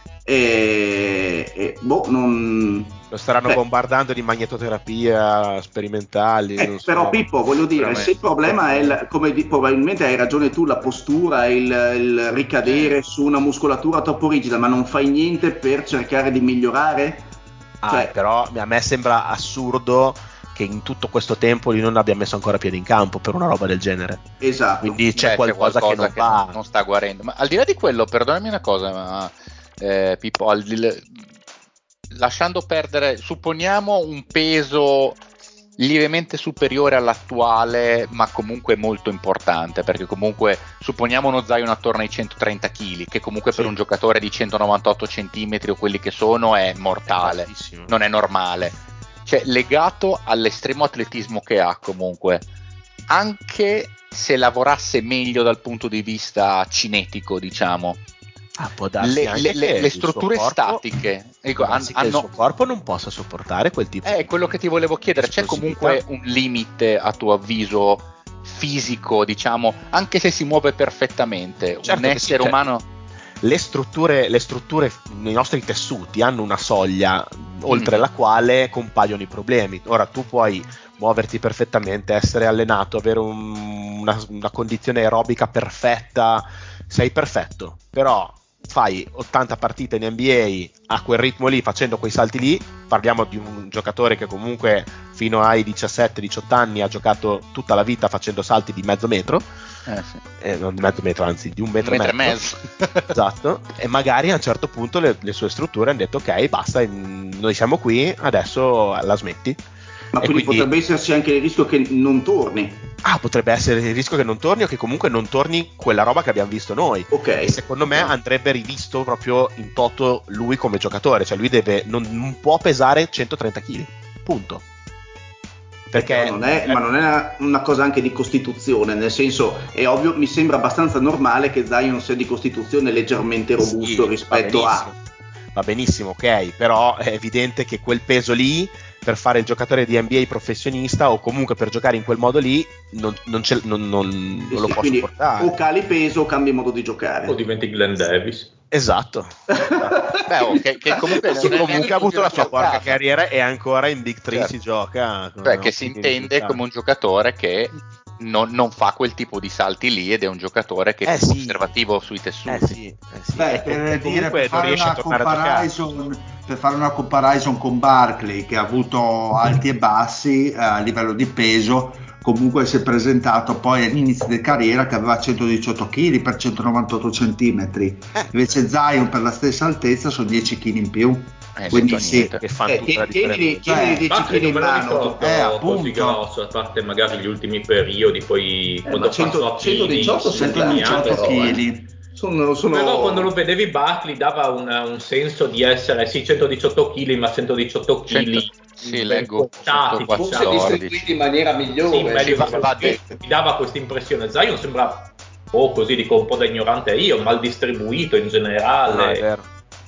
e, e boh, non... lo staranno Beh. bombardando di magnetoterapia sperimentali. Eh, non so. Però Pippo, voglio dire, Veramente. se il problema è, il, come di, probabilmente hai ragione tu, la postura, il, il ricadere eh. su una muscolatura troppo rigida, ma non fai niente per cercare di migliorare? Ah, cioè, però a me sembra assurdo che in tutto questo tempo lui non abbia messo ancora piede in campo per una roba del genere. Esatto. Quindi c'è, Beh, qualcosa, c'è qualcosa che, che non, va. non, non sta guarendo. Ma al di là di quello, perdonami una cosa, ma eh, Pippo, al di là, lasciando perdere, supponiamo un peso lievemente superiore all'attuale, ma comunque molto importante, perché comunque supponiamo uno Zion attorno ai centotrenta chili, che comunque sì. per un giocatore di centonovantotto centimetri o quelli che sono è mortale, è non è normale. Cioè, legato all'estremo atletismo che ha comunque, anche se lavorasse meglio dal punto di vista cinetico, diciamo, ah, può darsi le, anche le, che le strutture corpo, statiche ecco, han, hanno, il suo corpo non possa sopportare quel tipo è di quello che ti volevo chiedere, c'è comunque un limite a tuo avviso fisico, diciamo, anche se si muove perfettamente, certo un essere sì, umano certo. Le strutture, le strutture nei nostri tessuti hanno una soglia oltre mm. la quale compaiono i problemi. Ora tu puoi muoverti perfettamente, essere allenato, avere un, una, una condizione aerobica perfetta, sei perfetto, però fai ottanta partite in N B A a quel ritmo lì, facendo quei salti lì. Parliamo di un giocatore che comunque fino ai diciassette diciotto anni ha giocato tutta la vita facendo salti di mezzo metro, eh sì. eh, non di mezzo metro, anzi di un metro, un metro e mezzo, mezzo. Esatto, e magari a un certo punto le, le sue strutture hanno detto ok, basta, noi siamo qui, adesso la smetti. Ma quindi, quindi potrebbe esserci anche il rischio che non torni. Ah, potrebbe essere il rischio che non torni o che comunque non torni quella roba che abbiamo visto noi. Ok. E secondo me andrebbe rivisto proprio in toto lui come giocatore, cioè lui deve non, non può pesare centotrenta chili, punto. Perché non è, ma non è una, una cosa anche di costituzione, nel senso, è ovvio, mi sembra abbastanza normale che Zion sia di costituzione leggermente robusto, sì, rispetto va a... Va benissimo, ok, però è evidente che quel peso lì, per fare il giocatore di N B A professionista o comunque per giocare in quel modo lì, non, non, ce, non, non, non sì, lo sì, può sopportare. O cali peso o cambi modo di giocare. O diventi Glenn Davis. Esatto. Beh, oh, che, che comunque, che comunque ha avuto la sua porca carriera e ancora in Big Three certo. si gioca. Beh, che si intende come un giocatore che non, non fa quel tipo di salti lì ed è un giocatore che eh è più sì. conservativo sui tessuti. Eh sì, eh sì. Beh, per, dire, per, fare una comparison, per fare una comparison con Barkley, che ha avuto alti e bassi eh, a livello di peso, comunque si è presentato poi all'inizio di carriera che aveva centodiciotto chili per centonovantotto centimetri, eh. invece Zion per la stessa altezza sono dieci chili in più. Eh, Quindi sì, che fanno Eh, tutta la tienili, differenza. tienili Eh, dieci Infatti chili non in me lo mano. ricordo Eh, così appunto. grosso, a parte magari gli ultimi periodi, poi Eh, quando ma cento passò a centodiciotto chili, sono centodiciotto tanti, però, eh. chili. Sono, sono... Però quando lo vedevi Buckley dava un, un senso di essere sì centodiciotto chili, ma centodiciotto chili Sì, ben leggo contati, forse diciamo. distribuiti in maniera migliore. Sì, meglio va- va de- distribuiti. Mi dava questa impressione. Zion sembra, oh così dico un po' da ignorante io, mal distribuito in generale. No, è vero.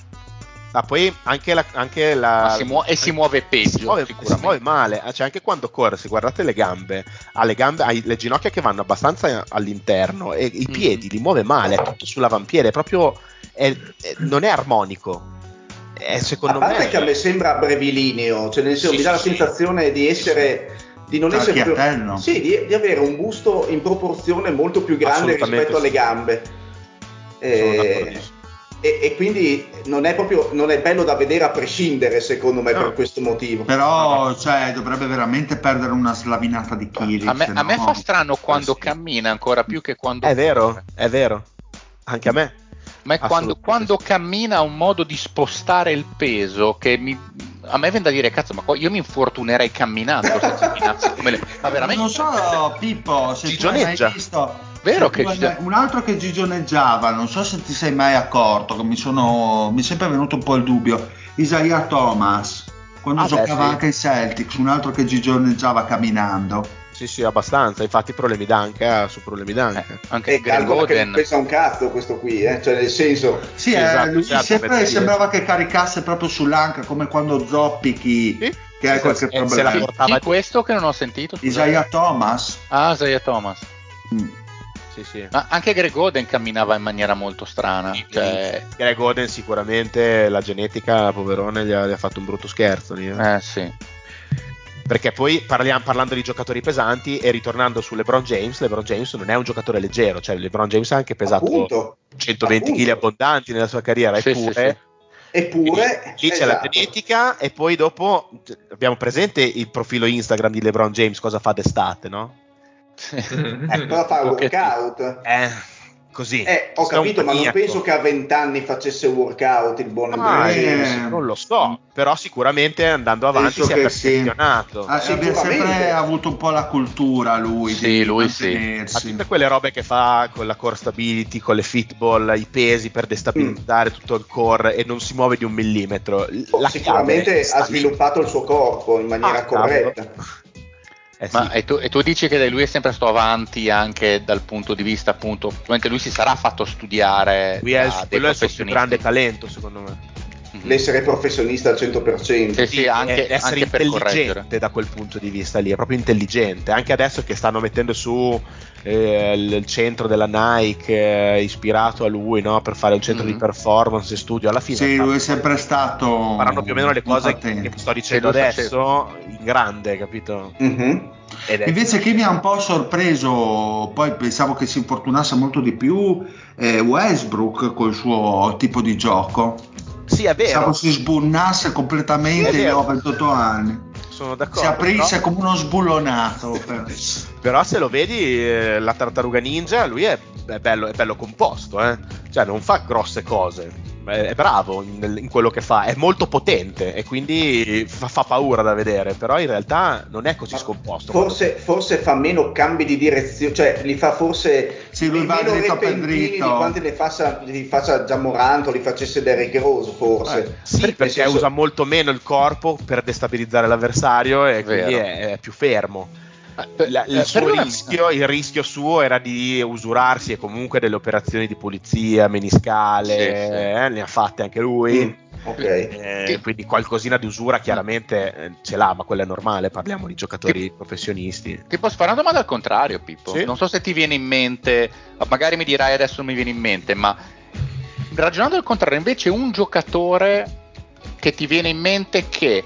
Ma poi anche la, anche la Ma si muo- e si muove peggio, si muove, sicuramente. si muove male, cioè anche quando corre, se guardate le gambe, ha le gambe, ha le ginocchia che vanno abbastanza all'interno e i piedi li muove male, è tutto sull'avampiede, è proprio è- è- non è armonico. È, secondo A parte me che a me sembra brevilineo, cioè nel senso Sì, mi dà la sì, sensazione di essere di non essere proprio- Tarchiatello. sì, di, di avere un busto in proporzione molto più grande Assolutamente rispetto alle sì. gambe. sono Eh, d'accordissimo. e, e quindi non è proprio non è bello da vedere a prescindere, secondo me, No. per questo motivo. Però cioè, dovrebbe veramente perdere una slavinata di chili. A me, se a me no- fa strano quando sì. cammina ancora più che quando È vero, corre. è vero, anche a me. Ma è quando, Assolutamente quando sì. cammina ha un modo di spostare il peso che mi, a me viene da dire cazzo, ma qua- io mi infortunerei camminando se camminassi come le, ma veramente. Non so, Pippo, se tu hai mai Gigioneggia. visto. Vero se tu che hai gigio- mai- un altro che gigioneggiava, non so se ti sei mai accorto, che mi sono. Mi è sempre venuto un po' il dubbio. Isaiah Thomas, quando Ah, beh, giocava sì. anche ai Celtics, un altro che gigioneggiava camminando. Sì, sì, abbastanza, infatti problemi d'anca su problemi d'anca. eh, anche E Greg calcola che non Oden. pesa un cazzo questo qui, eh? Cioè nel senso Sì, Sì, eh, esatto, lui certo, sempre per dire. sembrava che caricasse proprio sull'anca, come quando zoppichi, Sì, che hai sì, qualche se- se problema. la Chi, portava chi di- questo che non ho sentito? Scusate. Isaiah Thomas. Ah, Isaiah Thomas. Mm. Sì, sì. Ma anche Greg Oden camminava in maniera molto strana. Cioè, Greg Oden sicuramente la genetica, poverone, gli ha, gli ha fatto un brutto scherzo lì, eh. eh sì. Perché poi parliamo, parlando di giocatori pesanti e ritornando su LeBron James, LeBron James non è un giocatore leggero, cioè LeBron James ha anche pesato appunto centoventi appunto. chili abbondanti nella sua carriera, Sì, eppure sì, sì. Eppure lì c'è esatto. la genetica e poi dopo abbiamo presente il profilo Instagram di LeBron James, cosa fa d'estate, no? Però fa Un pochettino. workout. Eh, così. Eh, ho Sei un capito, ma non maniaco. penso che a vent'anni facesse workout il buon LeBron Ah, James. eh, non lo so, però sicuramente andando avanti Penso si è che sì. perfezionato. Ah, abbia Sicuramente. sempre avuto un po' la cultura lui Sì, di lui sì. A mantenersi. tutte quelle robe che fa con la core stability, con le fitball, i pesi per destabilizzare tutto il core e non si muove di un millimetro. La Sicuramente chiave ha sta- sviluppato il suo corpo in maniera Ah, cavolo. corretta. Eh sì. Ma e tu, e tu dici che lui è sempre stato avanti anche dal punto di vista appunto, probabilmente lui si sarà fatto studiare Lui è il, da dei quello è il suo più professionisti. grande talento, secondo me. Mhm. L'essere professionista al cento per cento. Sì, sì, anche, è essere anche per correggere. intelligente da quel punto di vista lì, è proprio intelligente. Anche adesso che stanno mettendo su eh, il, il centro della Nike eh, ispirato a lui, no? Per fare un centro Mhm. di performance e studio, alla fine Sì, faranno, lui è sempre stato faranno più o meno le molto cose che attento. vi sto dicendo lui adesso in grande, capito? Mhm. Ed è Invece chi mi ha un po' sorpreso, poi pensavo che si infortunasse molto di più, è Westbrook col suo tipo di gioco. sì, è Pensavo vero, si sbunnasse completamente, È vero. io ho ventotto anni. sono d'accordo. Si aprisse però- come uno sbullonato. per- Però se lo vedi, eh, la tartaruga ninja, lui è, è bello, è bello composto, eh? Cioè non fa grosse cose, è, è bravo in, in quello che fa, è molto potente e quindi fa, fa paura da vedere, però in realtà non è così Ma scomposto. Forse, forse fa meno cambi di direzione, cioè li fa forse Sì, lui va meno dritto per repentini dritto. di quanti ne faccia, li faccia già Morant o li facesse Derrick Rose, forse. Eh, sì, Nel perché senso- usa molto meno il corpo per destabilizzare l'avversario e quindi Vero. è, è più fermo. Eh, per- La- il eh, suo perdonami. rischio, il rischio suo era di usurarsi e comunque delle operazioni di pulizia meniscale, Sì, sì. eh, ne ha fatte anche lui. Mm, ok. Eh, Sì. quindi qualcosina di usura chiaramente eh, ce l'ha, ma quello è normale, parliamo di giocatori professionisti. Ti posso fare una domanda al contrario, Pippo? Sì. Non so se ti viene in mente, magari mi dirai adesso non mi viene in mente, ma ragionando al contrario, invece un giocatore che ti viene in mente che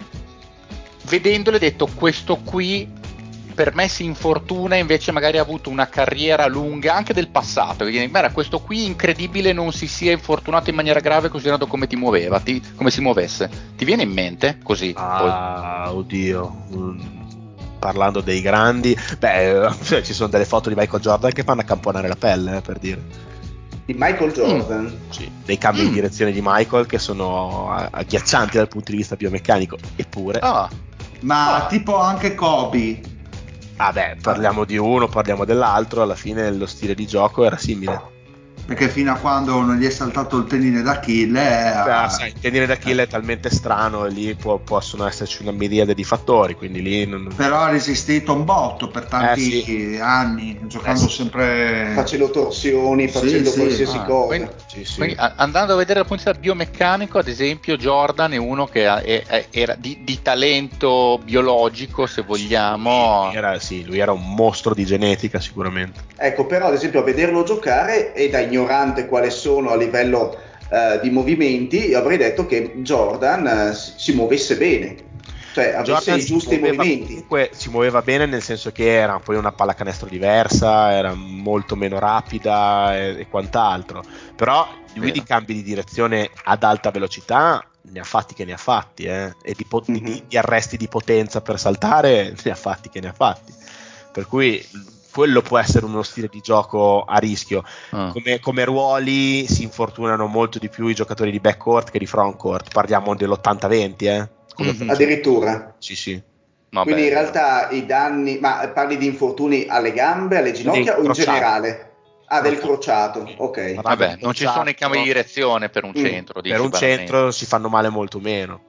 vedendolo hai detto questo qui per me si infortuna, invece magari ha avuto una carriera lunga anche del passato, quindi guarda, questo qui incredibile non si sia infortunato in maniera grave considerando come ti muoveva, ti, come si muovesse, ti viene in mente così? Ah, oddio. Mm, parlando dei grandi, beh, cioè, ci sono delle foto di Michael Jordan che fanno accamponare la pelle, eh, per dire. Di Michael Jordan? Mm. Sì, dei cambi mm. di direzione di Michael che sono agghiaccianti dal punto di vista biomeccanico, eppure. Ah. Ma ah. tipo anche Kobe. Ah beh, parliamo ah. di uno, parliamo dell'altro, alla fine lo stile di gioco era simile. Perché fino a quando non gli è saltato il tendine d'Achille eh, Beh, sai, il tendine d'Achille eh. è talmente strano e lì può, possono esserci una miriade di fattori, quindi lì non... però ha resistito un botto per tanti eh, sì. anni, giocando eh, sì. sempre facendo torsioni, facendo sì, qualsiasi ah, cosa quindi, sì, sì. Quindi, andando a vedere dal punto di vista biomeccanico, ad esempio Jordan è uno che è, è, era di, di talento biologico, se vogliamo. Sì, era, sì, lui era un mostro di genetica sicuramente. Ecco, però ad esempio a vederlo giocare e da ignorante quale sono a livello uh, di movimenti, io avrei detto che Jordan uh, si muovesse bene, cioè avesse Jordan i giusti muoveva, movimenti. Comunque si muoveva bene nel senso che era poi una pallacanestro diversa, era molto meno rapida e, e quant'altro, però lui Vero. di cambi di direzione ad alta velocità ne ha fatti che ne ha fatti, eh? e di, po- mm-hmm. di, di arresti di potenza per saltare ne ha fatti che ne ha fatti, per cui quello può essere uno stile di gioco a rischio. Ah. Come, come ruoli si infortunano molto di più i giocatori di backcourt che di frontcourt, parliamo dell'ottanta venti eh? Mm-hmm. Addirittura? Sì, sì. Vabbè, quindi in realtà i danni, ma parli di infortuni alle gambe, alle ginocchia o in generale? Ah, del crociato, ok. Vabbè, non ci sono i cambi di direzione per un mm. centro. Per un centro si fanno male molto meno.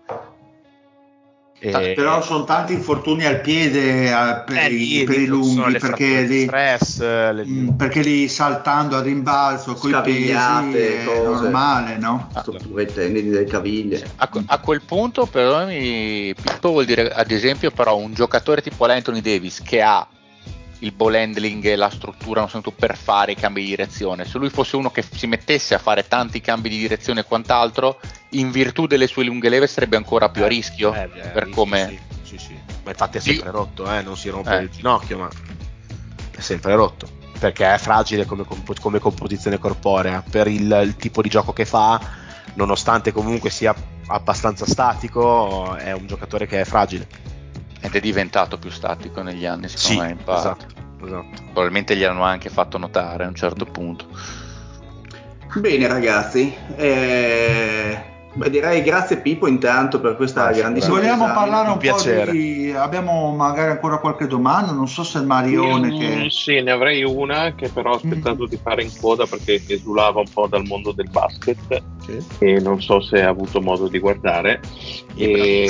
E... però sono tanti infortuni al piede eh, per, eh, i, per i lunghi, perché li, stress, le... mh, perché lì saltando a rimbalzo coi pesi è cose. normale, no? Storture tendini delle caviglie. A, a quel punto però mi Pippo vuol dire ad esempio però un giocatore tipo Anthony Davis che ha il ball handling e la struttura non so, per fare i cambi di direzione, se lui fosse uno che si mettesse a fare tanti cambi di direzione e quant'altro, in virtù delle sue lunghe leve sarebbe ancora più eh, a rischio eh, eh, per rischio, come sì, sì, sì. Ma infatti è sempre sì. rotto, eh? non si rompe eh. il ginocchio, ma è sempre rotto perché è fragile come, come composizione corporea per il, il tipo di gioco che fa, nonostante comunque sia abbastanza statico, è un giocatore che è fragile. Ed è diventato più statico negli anni, secondo sì, me, in parte. Esatto, esatto. Probabilmente gliel'hanno anche fatto notare a un certo punto. Bene ragazzi, eh... Beh, direi grazie Pippo intanto per questa ah, grandissima vogliamo esame. parlare un, un po' piacere. di abbiamo magari ancora qualche domanda, non so se il Marione mm, che sì, ne avrei una che però ho aspettato mm. di fare in coda perché esulava un po' dal mondo del basket sì. e non so se ha avuto modo di guardare e...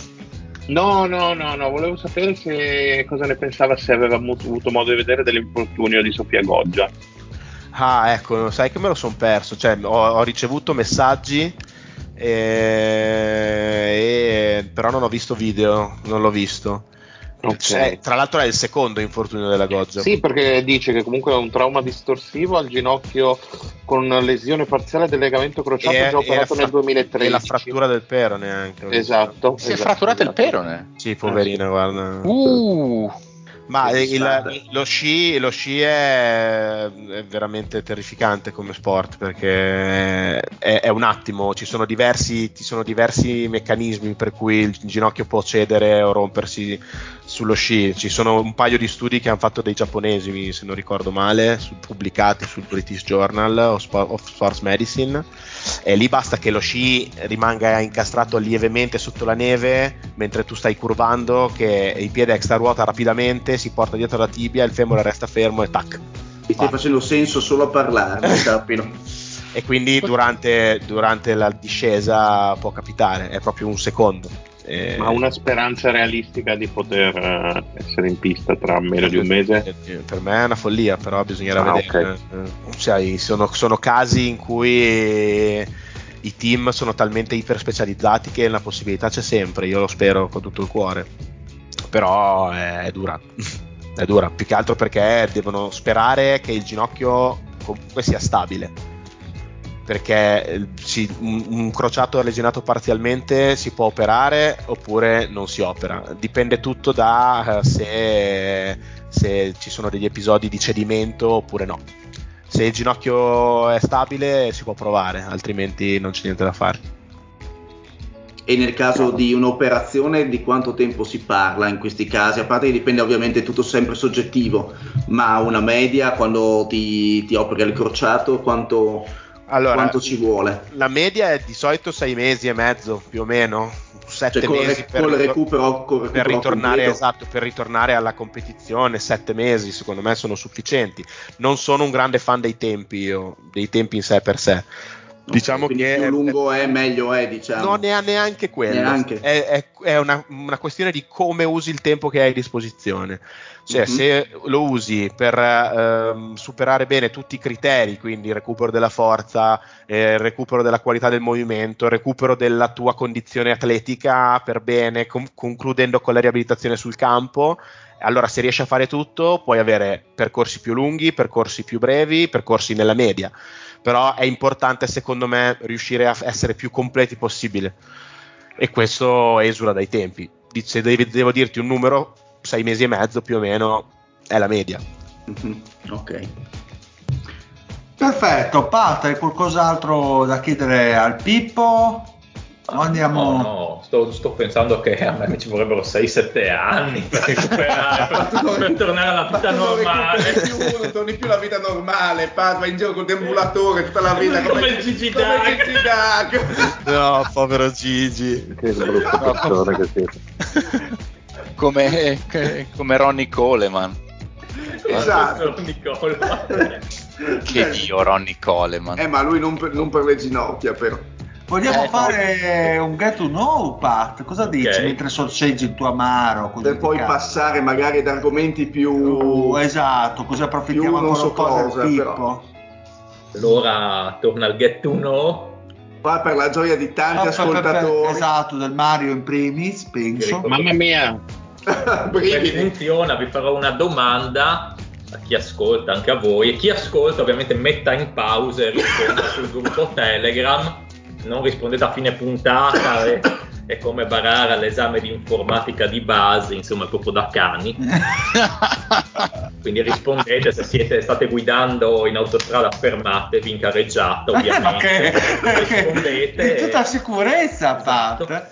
no no no no volevo sapere se cosa ne pensava, se aveva avuto modo di vedere dell'infortunio di Sofia Goggia. Ah ecco, sai che me lo son perso, cioè ho, ho ricevuto messaggi E, e, però non ho visto video, non l'ho visto. Okay. Cioè, tra l'altro è il secondo infortunio della Goggia. Sì, perché dice che comunque è un trauma distorsivo al ginocchio con lesione parziale del legamento crociato e, già operato fra- nel duemilatredici. E la frattura del perone anche. Esatto. Si esatto, è fratturato esatto. il perone? Sì, poverina, eh, sì. guarda. Uh. Ma il, lo, sci, lo sci è, è veramente terrificante come sport perché è, è un attimo, ci sono diversi, ci sono diversi meccanismi per cui il ginocchio può cedere o rompersi sullo sci. Ci sono un paio di studi che hanno fatto dei giapponesi, se non ricordo male, su, pubblicati sul British Journal of Sports Medicine, e lì basta che lo sci rimanga incastrato lievemente sotto la neve mentre tu stai curvando, che il piede extra ruota rapidamente, si porta dietro la tibia, il femore resta fermo e tac. Mi stai facendo senso solo a parlarne, Tappino. E quindi durante, durante la discesa può capitare, è proprio un secondo. E... Ma una speranza realistica di poter essere in pista tra meno di un mese? Per me è una follia, però bisognerà ah, vedere. Okay. Cioè, sono, sono casi in cui i team sono talmente iper specializzati che la possibilità c'è sempre, io lo spero con tutto il cuore, però è, è dura. È dura, più che altro perché devono sperare che il ginocchio comunque sia stabile, perché sì, un, un crociato lesionato parzialmente si può operare oppure non si opera, dipende tutto da se, se ci sono degli episodi di cedimento oppure no. Se il ginocchio è stabile si può provare, altrimenti non c'è niente da fare. E nel caso di un'operazione di quanto tempo si parla in questi casi? A parte che dipende ovviamente, tutto sempre soggettivo, ma una media quando ti, ti operi il crociato quanto, allora, quanto ci vuole? La media è di solito sei mesi e mezzo più o meno, sette cioè, mesi re- per, col ritor- recupero, col recupero per ritornare completo. esatto, per ritornare alla competizione. Sette mesi secondo me sono sufficienti. Non sono un grande fan dei tempi io, dei tempi in sé per sé. Diciamo Quindi che più è- lungo è, è, meglio è, diciamo. non è neanche quello, Neanche. è, è- è una, una questione di come usi il tempo che hai a disposizione. Cioè, Mhm. se lo usi per ehm, superare bene tutti i criteri, quindi il recupero della forza, eh, il recupero della qualità del movimento, il recupero della tua condizione atletica per bene, com- concludendo con la riabilitazione sul campo, allora se riesci a fare tutto puoi avere percorsi più lunghi, percorsi più brevi, percorsi nella media. Però è importante secondo me riuscire a essere più completi possibile, e questo esula dai tempi. Se devi, devo dirti un numero, sei mesi e mezzo più o meno è la media. Mhm. Ok. Perfetto. Pat, hai qualcos'altro da chiedere al Pippo? O andiamo... No, no, sto, sto pensando che a me ci vorrebbero sei sette anni per recuperare, per, per tornare alla vita normale. Più, non torni più alla vita normale, Pat, vai in giro col deambulatore tutta la vita Come il Gigi come Dag. il Gigi Dag. No, povero Gigi. Che brutta persona che siete. come, che- come Ronnie Coleman. Esatto. Nicole. Che dio Ronnie Coleman. Eh, ma lui non per, non per le ginocchia, però. Vogliamo Eh, fare un get to know, Pat? Cosa Ok. dici mentre sorseggi il tuo amaro? Così Per di poi cazzo? passare magari ad argomenti più... Uh, esatto, così approfittiamo più non ancora so un po' cosa, del però. Pippo. Allora torna al get to know. Qua per la gioia di tanti Ah, per- per- per- ascoltatori. esatto, del Mario in primis, penso. Mamma mia, Come Brividi. funziona? Vi farò una domanda a chi ascolta, anche a voi, e chi ascolta ovviamente metta in pausa e risponda sul gruppo Telegram. Non rispondete a fine puntata, è, è come barare all'esame di informatica di base, insomma è proprio da cani. Quindi rispondete, se siete, state guidando in autostrada fermatevi in carreggiata Ma ovviamente, che, che, rispondete in tutta sicurezza, Esatto. Pat.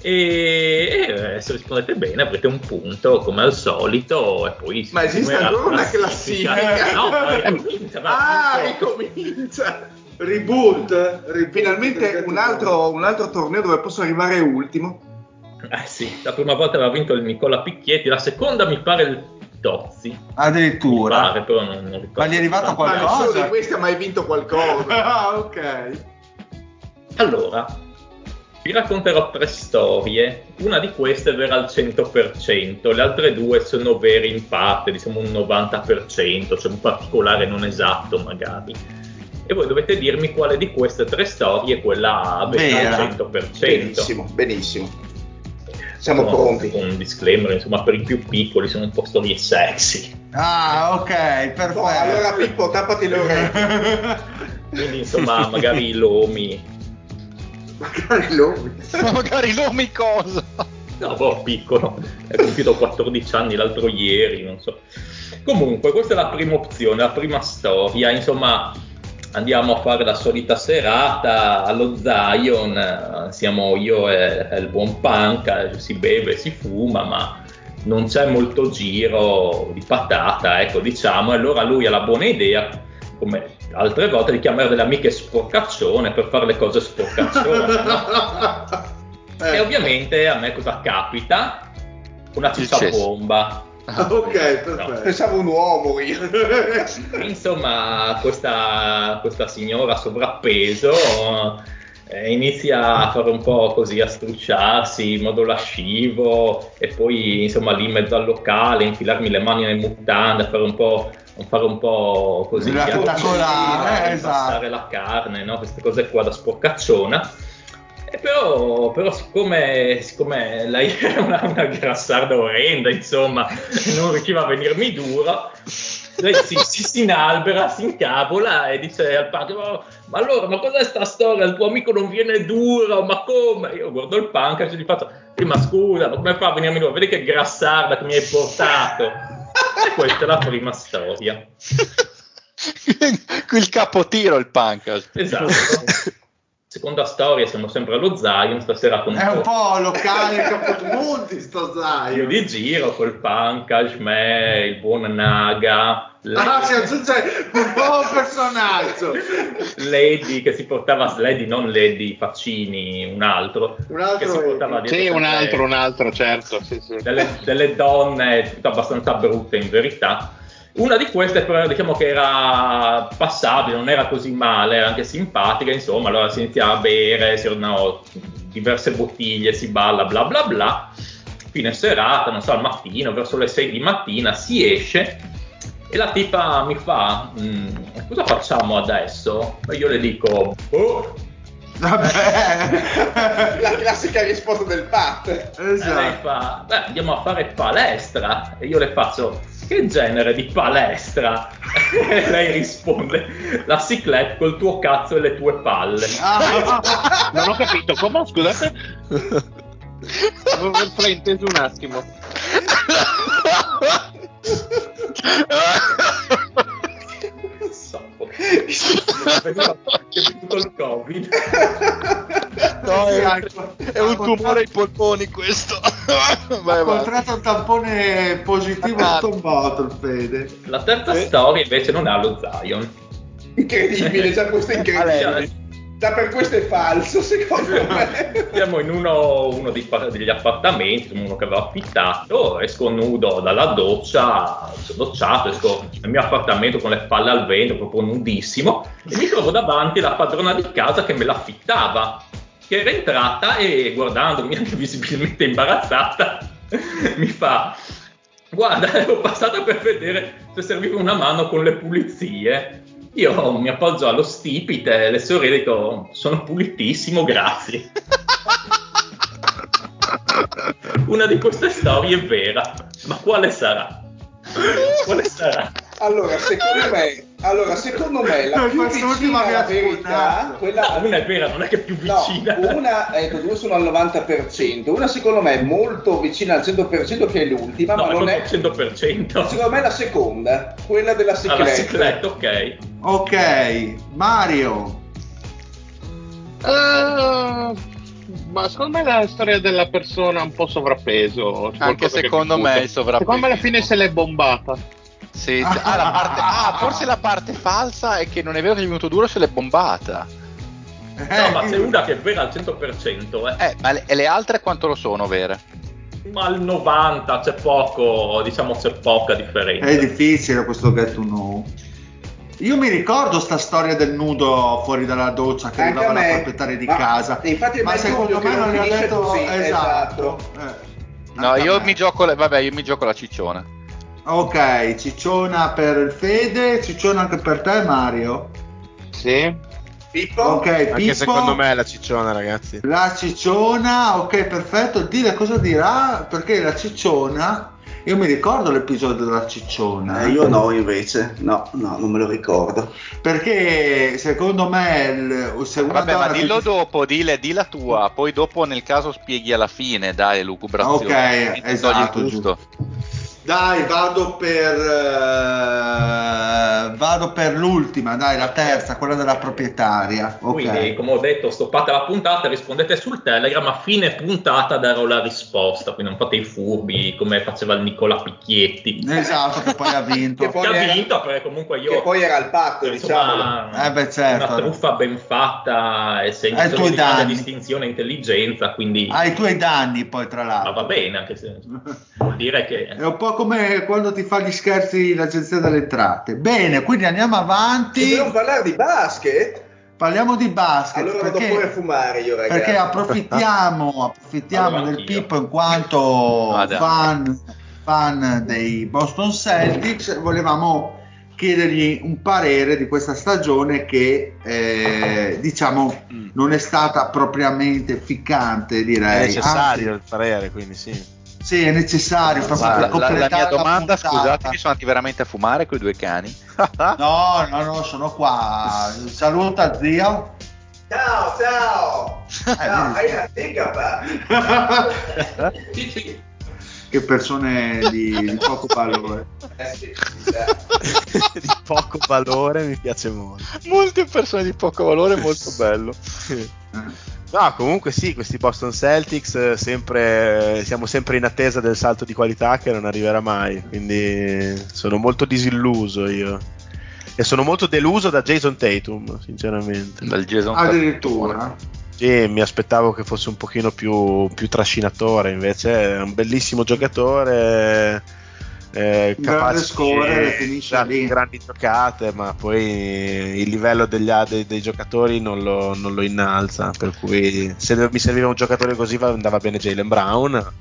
e, e se rispondete bene avrete un punto come al solito e poi si Ma esiste fumerà ancora la una classifica? no, ma ricomincia, va, Ah, punto. ricomincia. Reboot. Reboot. Finalmente un altro, un altro torneo dove posso arrivare ultimo. Eh sì, la prima volta aveva vinto il Nicola Picchietti, la seconda mi pare il Tozzi, mi Addirittura. pare, però non, non ricordo. Ma gli è arrivato Ma nessuno qualcosa? di questi ha mai vinto qualcosa. Ah, ok. Allora, vi racconterò tre storie, una di queste è vera al cento per cento, le altre due sono vere in parte, diciamo un novanta per cento, cioè un particolare non esatto magari. E voi dovete dirmi quale di queste tre storie è quella vera Vera. al cento per cento. Benissimo, benissimo. Siamo Sono pronti. Un disclaimer, insomma, per i più piccoli sono un po' storie sexy. Ah, ok, perfetto. Oh, allora Pippo, tappati le orecchie. Quindi, insomma, magari i lomi. Magari lo... Magari nomi cosa. No, boh, piccolo. È compiuto quattordici anni l'altro ieri, non so. Comunque, questa è la prima opzione, la prima storia. Insomma, andiamo a fare la solita serata allo Zion. Siamo io e, e il buon Panca, si beve, si fuma, ma non c'è molto giro di patata, ecco, diciamo. E allora lui ha la buona idea, come altre volte, di chiamare delle amiche sporcaccione per fare le cose sporcaccione, no? Eh. E ovviamente a me cosa capita? Una ciccia bomba. Ok, perfetto. Pensavo un uomo io. Insomma, questa, questa signora sovrappeso eh, inizia a fare un po' così, a strucciarsi in modo lascivo, e poi insomma lì in mezzo al locale infilarmi le mani nelle mutande, a fare un po', a fare un po' così, La spettacolare, passare esatto. la carne, no? Queste cose qua da sporcacciona. E però, però siccome, siccome lei era una, una grassarda orrenda, insomma, non riusciva a venirmi duro, lei si, si, si inalbera, si incavola e dice al punk: oh, ma allora, ma cos'è sta storia? Il tuo amico non viene duro, ma come? Io guardo il punk e gli faccio: sì, ma scusa, ma come fa a venirmi duro? Vedi che grassarda che mi hai portato. E questa è la prima storia. Il capotiro il punk. Esatto. Seconda storia, siamo sempre allo Zion, stasera con È un po' locale Capodimondi sto io Zion. di giro col Pankaj, me, il buon Naga, Ah, si aggiunge un nuovo personaggio. Lady che si portava, Lady non Lady Faccini, un altro, Un altro che si portava Lady. dietro Sì, un sempre altro, un altro, certo. Sì, sì. Delle, delle donne tutte abbastanza brutte in verità. Una di queste però diciamo che era passabile, non era così male, era anche simpatica, insomma, allora si iniziava a bere, si ordinano diverse bottiglie, si balla, bla bla bla. Fine serata, non so, al mattino, verso le sei di mattina, si esce e la tipa mi fa, cosa facciamo adesso? E io le dico, oh. Vabbè. La classica risposta del Pat. E lei Esatto. fa, beh, andiamo a fare palestra. E io le faccio, che genere di palestra? E lei risponde, la ciclette col tuo cazzo e le tue palle. Ah, Non ho capito, come? Scusate? Avevo frainteso un attimo. Non so, è venuto il Covid. No, Sì, è, ha- è ha un contratto- tumore ai polmoni questo. ha Vai avanti. contratto un tampone positivo Ah. stombato il Fede. La terza storia invece non è allo Zion. Incredibile, già questo è incredibile. Già per questo è falso, secondo me. Siamo in uno, uno dei, degli appartamenti, uno che avevo affittato, esco nudo dalla doccia, sono docciato, esco nel mio appartamento con le spalle al vento, proprio nudissimo, e mi trovo davanti la padrona di casa che me l'affittava, che era entrata e guardandomi anche visibilmente imbarazzata, mi fa, guarda, ero passata per vedere se serviva una mano con le pulizie. Io mi appoggio allo stipite, le sorelle dico, sono pulitissimo, grazie. Una di queste storie è vera, ma quale sarà? Quale sarà? Allora, secondo me, allora, secondo me la No, più quest'ultima vicina mi alla ha verità, spuntato. quella Una è vera, non è che è più vicina. No, una, ecco, due sono al novanta per cento, una secondo me è molto vicina al cento per cento che è l'ultima, No, ma è non proprio è. cento per cento. Secondo me è la seconda, quella della Alla ciclette. ciclette, ok. Ok, Mario. Uh, ma secondo me è la storia della persona un po' sovrappeso. Anche qualcosa che secondo mi me butta. il sovrappeso. Secondo me alla fine se l'è bombata. Sì, ah, la parte, ah, forse la parte falsa è che non è vero che gli è venuto duro, se l'è bombata. No, ma c'è una che è vera al cento per cento, eh. Eh, ma le, e le altre quanto lo sono vere? Ma al novanta c'è poco, diciamo c'è poca differenza. È difficile questo get to know. Io mi ricordo sta storia del nudo fuori dalla doccia che Anche arrivava a me. la proprietaria di Ma- casa. infatti è Ma mai secondo dubbio me che non non gli ha finisce detto così, esatto. esatto. Eh, No, anche a io me. mi gioco, le, vabbè, io mi gioco la cicciona. Ok, cicciona per il Fede, cicciona anche per te Mario. Sì. Pippo? Ok, Pippo. Anche secondo me è la cicciona, ragazzi. La cicciona, ok, perfetto. Dile cosa dirà, perché la cicciona, io mi ricordo l'episodio della cicciona. Eh, io no, invece, no, no, non me lo ricordo. Perché secondo me il- se una Vabbè, donna ma ti- dillo dopo, dille, di la tua, poi dopo nel caso spieghi alla fine, dai, lucubrazione. Ok, Ti togli esatto, il gusto. Dai, vado per eh, vado per l'ultima, dai, la terza, quella della proprietaria. Ok. Quindi, come ho detto, stoppate la puntata, rispondete sul Telegram, a fine puntata darò la risposta, quindi non fate i furbi come faceva il Nicola Picchietti. Esatto, che poi ha vinto. Che poi Che ha era- vinto perché comunque io... Che poi era il patto, diciamolo. insomma, Eh beh, certo. una truffa ben fatta e segno Ai solo tuoi di grande danni. distinzione e intelligenza, quindi... Ai tuoi danni poi, tra Ma l'altro. va bene, anche se vuol dire che... È un po' come quando ti fa gli scherzi l'agenzia delle entrate. Bene, quindi andiamo avanti. Dobbiamo parlare di basket? Parliamo di basket. Allora vado perché, pure a fumare io, ragazzi. perché approfittiamo, approfittiamo Allora, del anch'io. Pippo in quanto Vada. fan, fan dei Boston Celtics. Volevamo chiedergli un parere di questa stagione che eh, diciamo non è stata propriamente ficcante, direi. È necessario Anzi, il parere, quindi sì. sì, è necessario proprio La, per la- la completare mia domanda, puntata. scusatemi, sono andati veramente a fumare quei due cani? No, no, no, sono qua. Saluta zio. Ciao, ciao! Ciao, vedi. hai una ticca, Sì, sì. Che persone di, di poco valore. Eh sì, sì, sì. Di poco valore, mi piace molto. Molte persone di poco valore, molto bello. No, comunque sì, questi Boston Celtics sempre, siamo sempre in attesa del salto di qualità che non arriverà mai, quindi sono molto disilluso io e sono molto deluso da Jason Tatum, sinceramente. Dal Jason Addirittura. Sì, mi aspettavo che fosse un pochino più, più trascinatore, invece è un bellissimo giocatore, eh, grande capace scorer, di finisce grandi, lì. grandi giocate, ma poi il livello degli, dei, dei giocatori non lo, non lo innalza, per cui se mi serviva un giocatore così andava bene Jaylen Brown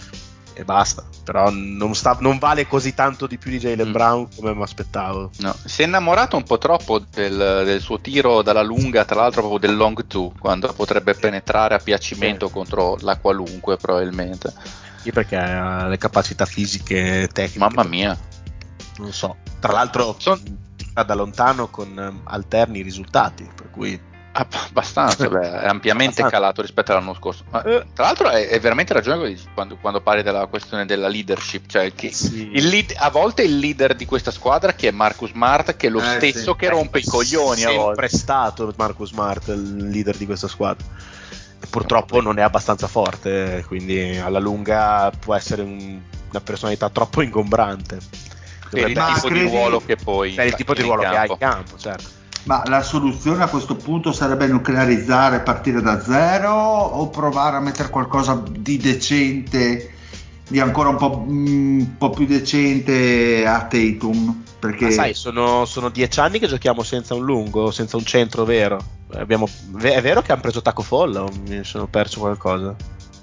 e basta, però non, sta, non vale così tanto di più di Jaylen Mm. Brown come mi aspettavo. No, si è innamorato un po' troppo del, del suo tiro dalla lunga, tra l'altro proprio del long two, quando potrebbe penetrare a piacimento Sì. contro la qualunque probabilmente. Sì, perché ha le capacità fisiche e tecniche. Mamma mia. Non so. Tra l'altro Son- da lontano con um, alterni risultati, per cui abbastanza, beh, è ampiamente Abbastanza. calato rispetto all'anno scorso. Ma, Eh. tra l'altro è, è veramente ragione quando, quando parli della questione della leadership, cioè che Sì. il lead, a volte il leader di questa squadra, che è Marcus Smart, che è lo Eh, stesso sì. che rompe È i coglioni a volte. sempre stato Marcus Smart il leader di questa squadra e purtroppo non è abbastanza forte, quindi alla lunga può essere un, una personalità troppo ingombrante Per il Ma tipo credi- di ruolo che poi per il tipo di tiene in ruolo che ha in campo. campo, certo. Ma la soluzione a questo punto sarebbe nuclearizzare e partire da zero o provare a mettere qualcosa di decente, di ancora un po', mm, un po' più decente a Tatum? Perché Ma sai, sono, sono dieci anni che giochiamo senza un lungo, senza un centro vero. Abbiamo, è vero che hanno preso Taco Fall o mi sono perso qualcosa?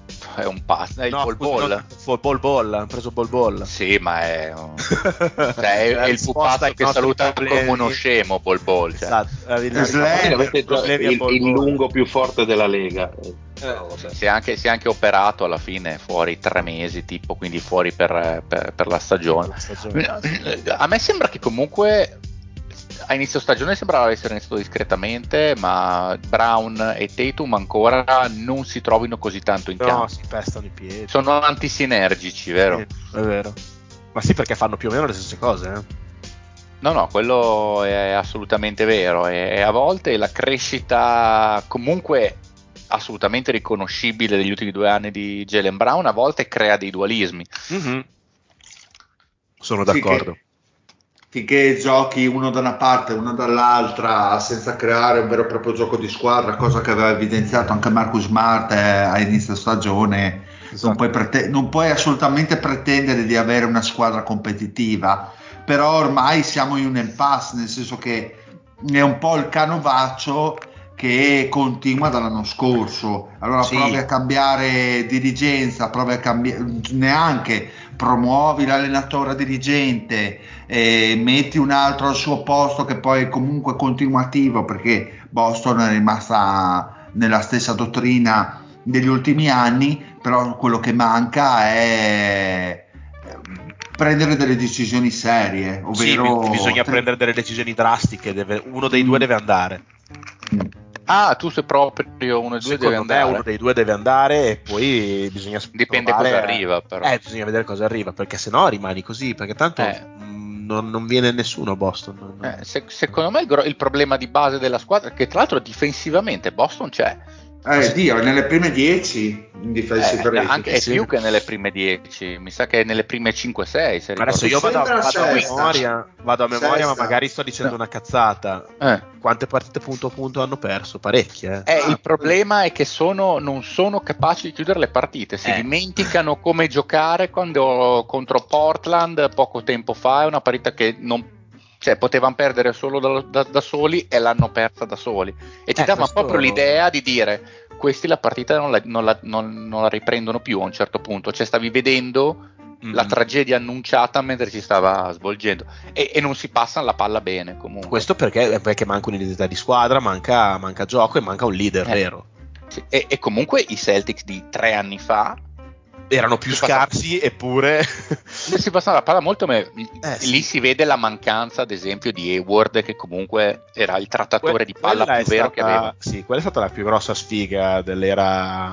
È un pass, è il No, ball scusa, ball. no, Ball Ball Ball, hanno preso Ball Ball. Sì, ma è, un- cioè, è, La è il risposta pupazzo ai che nostri saluta problemi. come uno scemo ball ball, cioè. Esatto, la- la- Eh, Slam. Voi avete già problemi a il, Ball il Ball. lungo più forte della Lega. Eh, No, vabbè. Si è, anche, si è anche operato alla fine, fuori tre mesi, tipo, quindi fuori per, per- per la stagione. La stagione. A me sembra che comunque a inizio stagione sembrava essere iniziato discretamente, ma Brown e Tatum ancora non si trovino così tanto in No, campo. si pestano i piedi. Sono antisinergici, vero? Sì, è vero. Ma sì, perché fanno più o meno le stesse cose, eh? No, no, quello è assolutamente vero. E, e a volte la crescita comunque assolutamente riconoscibile degli ultimi due anni di Jaylen Brown a volte crea dei dualismi. Mm-hmm. Sono Sì, d'accordo. che- finché giochi uno da una parte e uno dall'altra senza creare un vero e proprio gioco di squadra, cosa che aveva evidenziato anche Marcus Smart eh, a inizio stagione, Esatto. non puoi, prete- non puoi assolutamente pretendere di avere una squadra competitiva, però ormai siamo in un impasse, nel senso che è un po' il canovaccio che continua dall'anno scorso. Allora Sì. provi a cambiare dirigenza, provi a cambiare, neanche promuovi l'allenatore dirigente, eh, metti un altro al suo posto che poi è comunque continuativo, perché Boston è rimasta nella stessa dottrina degli ultimi anni, però quello che manca è prendere delle decisioni serie, Sì, ovvero bi- bisogna tre- prendere delle decisioni drastiche, deve- uno dei Mm. due deve andare. Mm. Ah, tu sei proprio uno dei due deve Secondo me andare. uno dei due deve andare e poi bisogna Dipende provare cosa a- arriva, però. Eh, bisogna vedere cosa arriva, perché sennò rimani così, perché tanto Eh. mh, non, non viene nessuno a Boston. non- non- Eh, se- secondo me il, gro- il problema di base della squadra, che tra l'altro difensivamente Boston c'è, Eh, Dio, nelle prime dieci in defensive eh, anche, rating. è sì. più che nelle prime dieci, mi sa che è nelle prime cinque sei. Se Ma adesso ricordo io vado, a- Sembra vado a sesta. memoria, vado a memoria, ma Sesta. magari sto dicendo una cazzata. Eh. Quante partite punto a punto hanno perso? Parecchie. Eh. Eh, Ah, il problema è che sono, non sono capaci di chiudere le partite, si Eh. dimenticano come giocare quando contro Portland poco tempo fa è una partita che non, cioè, potevano perdere solo da, da- da soli e l'hanno persa da soli, e ti Eh, dava questo- proprio l'idea di dire questi la partita non la, non la- non- non la riprendono più a un certo punto, cioè stavi vedendo Mm. la tragedia annunciata mentre si stava svolgendo e, e non si passano la palla bene comunque. Questo perché, perché manca un'identità di squadra, manca, manca gioco e manca un leader Eh. vero. Sì, e, e comunque i Celtics di tre anni fa Erano più Si passa- scarsi, eppure. si passava la palla molto, ma Eh, lì sì. si vede la mancanza ad esempio di Hayward, che comunque era il trattatore Que- di palla quella più è vero stata- che aveva. Sì, quella è stata la più grossa sfiga dell'era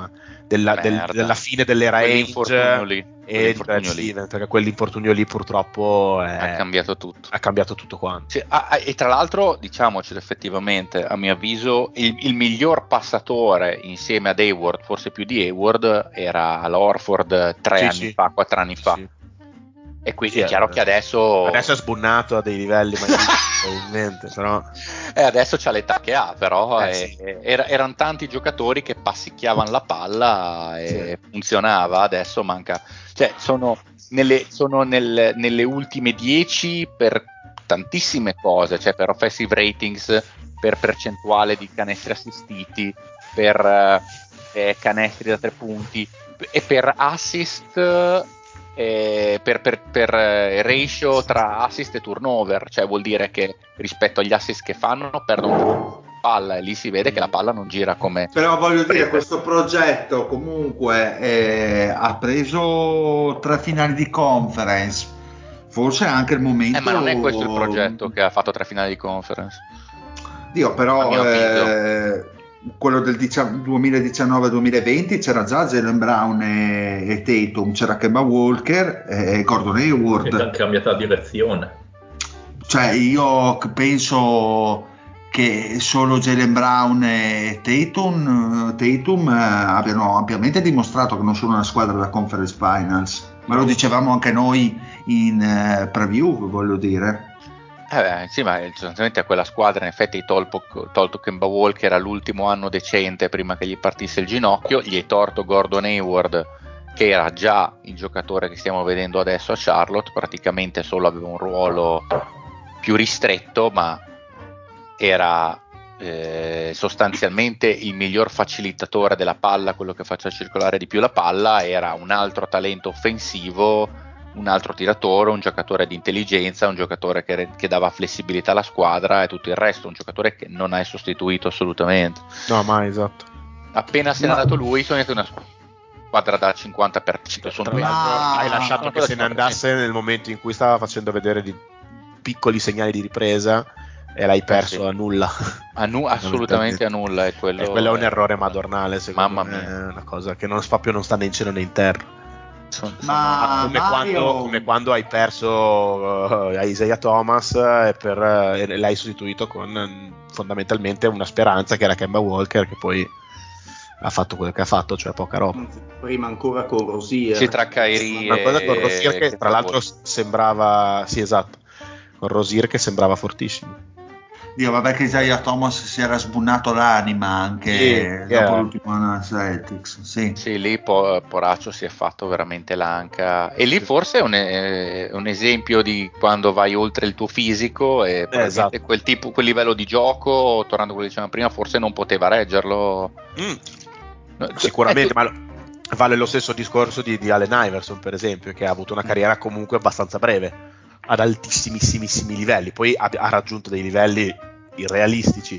della, del, della fine dell'era Ainge lì, e di Brad Stevens, perché quell'infortunio lì purtroppo è, ha cambiato tutto. Ha cambiato tutto quanto. Sì, ah, e tra l'altro, diciamocelo effettivamente, a mio avviso, il, il miglior passatore insieme ad Hayward, forse più di Hayward, era l'Horford tre sì, anni sì. fa, quattro anni fa. Sì. E quindi Sì, è chiaro eh, che adesso adesso è sbunnato a dei livelli probabilmente, però e adesso c'ha l'età che ha, però eh, eh, sì. era, erano tanti giocatori che passicchiavano la palla e sì. funzionava. Adesso manca, cioè sono nelle, sono nel, nelle ultime dieci per tantissime cose, cioè per offensive ratings, per percentuale di canestri assistiti, per eh, canestri da tre punti e per assist. Eh, per, per, per eh, ratio tra assist e turnover, cioè vuol dire che rispetto agli assist che fanno perdono palla e lì si vede che la palla non gira come però voglio prende. dire, questo progetto comunque eh, ha preso tre finali di conference, forse è anche il momento eh, ma non è questo il progetto che ha fatto tre finali di conference, Dio, però eh, quello del duemiladiciannove duemilaventi c'era già Jaylen Brown e, e Tatum, c'era Kemba Walker e Gordon Hayward, e hanno cambiato la direzione. Cioè io penso che solo Jaylen Brown e Tatum, Tatum eh, abbiano ampiamente dimostrato che non sono una squadra da Conference Finals, ma lo dicevamo anche noi in eh, preview, voglio dire. Eh beh, sì, ma sostanzialmente a quella squadra in effetti hai tolto, tolto Kemba Walker all'ultimo anno decente prima che gli partisse il ginocchio, gli hai torto Gordon Hayward che era già il giocatore che stiamo vedendo adesso a Charlotte, praticamente solo aveva un ruolo più ristretto, ma era eh, sostanzialmente il miglior facilitatore della palla, quello che faceva circolare di più la palla, era un altro talento offensivo, un altro tiratore, un giocatore di intelligenza, un giocatore che, che dava flessibilità alla squadra e tutto il resto, un giocatore che non hai sostituito assolutamente. No, mai, esatto. Appena se n'è andato lui, sono una squadra da cinquanta per cento. Sono due ma... Hai lasciato che se ne andasse nel momento in cui stava facendo vedere di piccoli segnali di ripresa e l'hai perso eh sì. a nulla. A nu- assolutamente a nulla. E quello, e quello è un è... errore madornale, secondo Mamma me. mia. È una cosa che non, proprio non sta né in cielo né in terra. Sono, ma come, Mario... quando, come quando hai perso uh, Isaiah Thomas e, per, uh, e l'hai sostituito con uh, fondamentalmente una speranza che era Kemba Walker, che poi ha fatto quello che ha fatto, cioè poca roba. Prima ancora con Rosier. Sì, tra Kyrie una cosa e... con Rosier che, che tra l'altro vuole. sembrava sì esatto con Rosier che sembrava fortissimo. Dio, vabbè che Isaiah Thomas si era sbunato l'anima anche yeah, dopo yeah. l'ultimo anno Celtics. Sì, sì lì po- Poraccio si è fatto veramente l'anca. E lì forse è un, è un esempio di quando vai oltre il tuo fisico e eh, esatto. quel tipo, quel livello di gioco, tornando a quello che dicevamo prima, forse non poteva reggerlo. Mm. No, sicuramente, ma vale lo stesso discorso di, di Allen Iverson, per esempio, che ha avuto una carriera comunque abbastanza breve ad altissimissimissimi livelli, poi ha, ha raggiunto dei livelli irrealistici,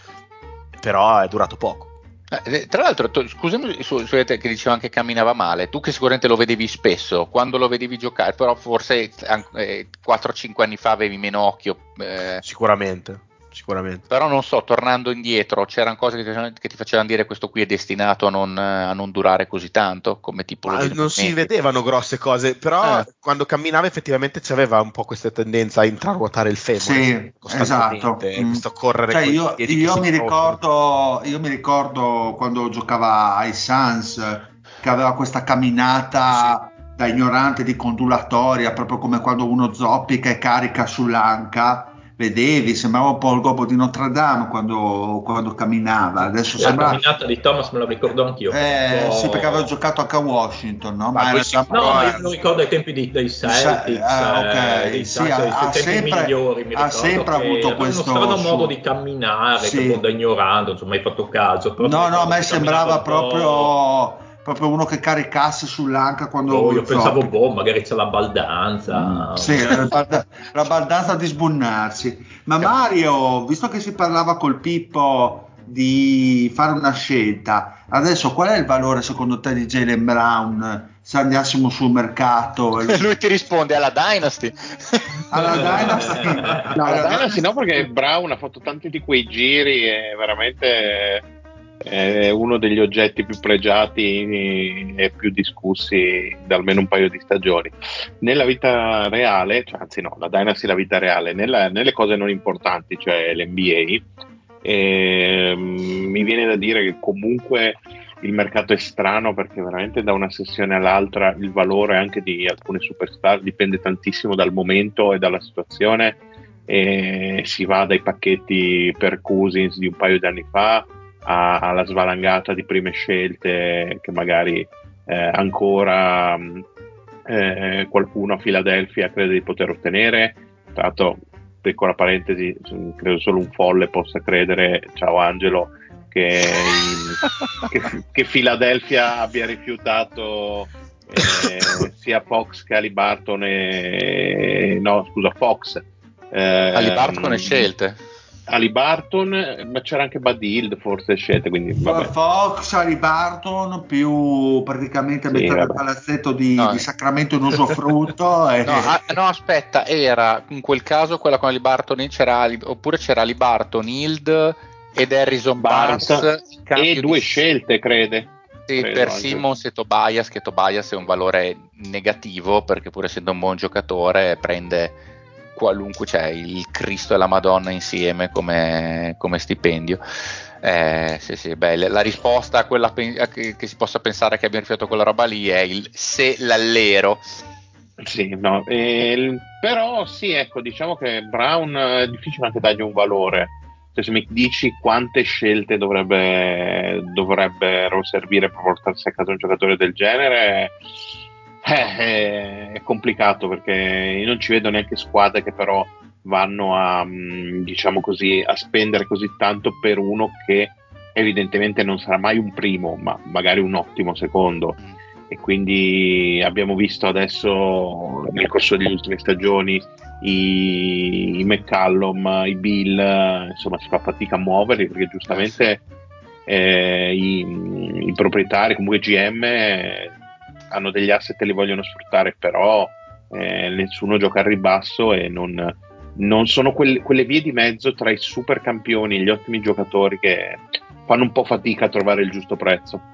però è durato poco. Eh, tra l'altro, tu, scusami su, su te che diceva anche camminava male, tu che sicuramente lo vedevi spesso, quando lo vedevi giocare, però forse eh, quattro cinque anni fa avevi meno occhio. Eh. Sicuramente. Sicuramente. Però non so, tornando indietro, c'erano cose che ti, che ti facevano dire questo qui è destinato a non, a non durare così tanto, come tipo ma non si vedevano grosse cose, però eh. quando camminava effettivamente c'aveva un po' questa tendenza a intraruotare il femore. Sì, esatto. Questo correre cioè, io, io mi ricordo frottano. io mi ricordo quando giocava ai Suns che aveva questa camminata sì. da ignorante di condulatoria, proprio come quando uno zoppica e carica sull'anca. Vedevi, sembrava un po' il gobbo di Notre Dame quando, quando camminava. Adesso la sembra... camminata di Thomas me la ricordo anch'io. Eh, sì, perché aveva giocato anche a Washington, no? Ma, ma era sicuro, no, ma io me lo ricordo ai tempi di, dei Celtics, ah, okay. eh, dei sì, Celtics, ha, ha tempi sempre, migliori. Mi ha sempre avuto questo uno strano su... modo di camminare, sì. che da ignorando, insomma, hai fatto caso. Però no, no, a me sembrava proprio... proprio uno che caricasse sull'anca quando oh, io pensavo boh magari c'è la baldanza mm, sì, la, balda- la baldanza di sbunnarsi. Ma Mario, visto che si parlava col Pippo di fare una scelta, adesso qual è il valore secondo te di Jaylen Brown se andassimo sul mercato? Lui ti risponde alla Dynasty. Alla Dynasty no, alla Dynasty no, perché Brown ha fatto tanti di quei giri e veramente è uno degli oggetti più pregiati e più discussi da almeno un paio di stagioni. Nella vita reale, cioè, anzi no, la Dynasty è la vita reale, nella, nelle cose non importanti, cioè l'N B A, eh, mi viene da dire che comunque il mercato è strano, perché veramente da una sessione all'altra il valore anche di alcune superstar dipende tantissimo dal momento e dalla situazione, e si va dai pacchetti per Cousins di un paio di anni fa a, alla svalangata di prime scelte che magari eh, ancora eh, qualcuno a Philadelphia crede di poter ottenere. Tra l'altro, piccola parentesi, credo solo un folle possa credere, ciao Angelo, che, in, che, che Philadelphia abbia rifiutato eh, sia Fox che Haliburton e no scusa Fox eh, Haliburton e scelte Haliburton, ma c'era anche Buddy Hield forse scelte, quindi vabbè. Fox, Haliburton più praticamente Sì, mettere il vabbè. palazzetto di, no. di Sacramento in usufrutto e... no, ah, no aspetta, era in quel caso quella con Haliburton c'era, oppure c'era Haliburton, Hield ed Harrison Barnes, Barnes e due di... scelte crede sì, credo per anche. Simmons e Tobias, che Tobias è un valore negativo perché pur essendo un buon giocatore prende qualunque, cioè il Cristo e la Madonna insieme come, come stipendio. Eh, sì, sì, beh, la risposta a quella a che, che si possa pensare che abbia rifiutato quella roba lì è il se l'allero. Sì, no, eh, però sì, ecco, diciamo che Brown è difficile anche dargli un valore. Cioè, se mi dici quante scelte dovrebbe, dovrebbero servire per portarsi a casa un giocatore del genere, eh, è complicato, perché io non ci vedo neanche squadre che però vanno a, diciamo così, a spendere così tanto per uno che evidentemente non sarà mai un primo, ma magari un ottimo secondo. E quindi abbiamo visto adesso nel corso delle ultime stagioni i, i McCallum, i Bill, insomma si fa fatica a muoverli perché giustamente eh, i, i proprietari, comunque G M, eh, hanno degli asset e li vogliono sfruttare, però eh, nessuno gioca al ribasso e non, non sono quelle, quelle vie di mezzo tra i super campioni e gli ottimi giocatori che fanno un po' fatica a trovare il giusto prezzo.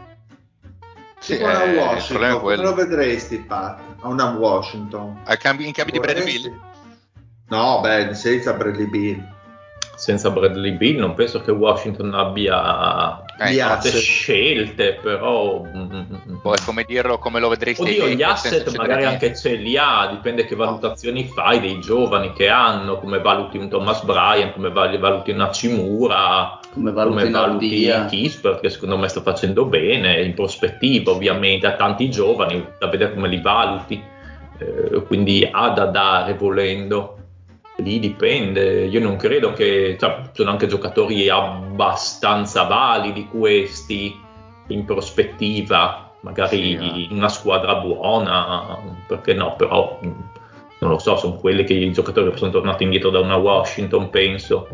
Sì, tipo una eh, Washington, come lo vedresti, Pat? A una Washington cambi, in cambio di Bradley Beal? No, beh, senza Bradley Beal. Senza Bradley Beal non penso che Washington abbia eh, tante scelte, però poi come dirlo, come lo vedresti? oddio, gli asset magari anche ce li ha, dipende che valutazioni fai dei giovani che hanno, come valuti un Thomas Bryant, come valuti un Hachimura, come valuti, come valuti Kispert, che secondo me sta facendo bene in prospettiva, ovviamente ha tanti giovani da vedere come li valuti, eh, quindi ha da dare volendo. Lì dipende, io non credo che, cioè, sono anche giocatori abbastanza validi questi in prospettiva, magari sì, in una squadra buona, perché no, però non lo so, sono quelli che i giocatori che sono tornati indietro da una Washington, penso.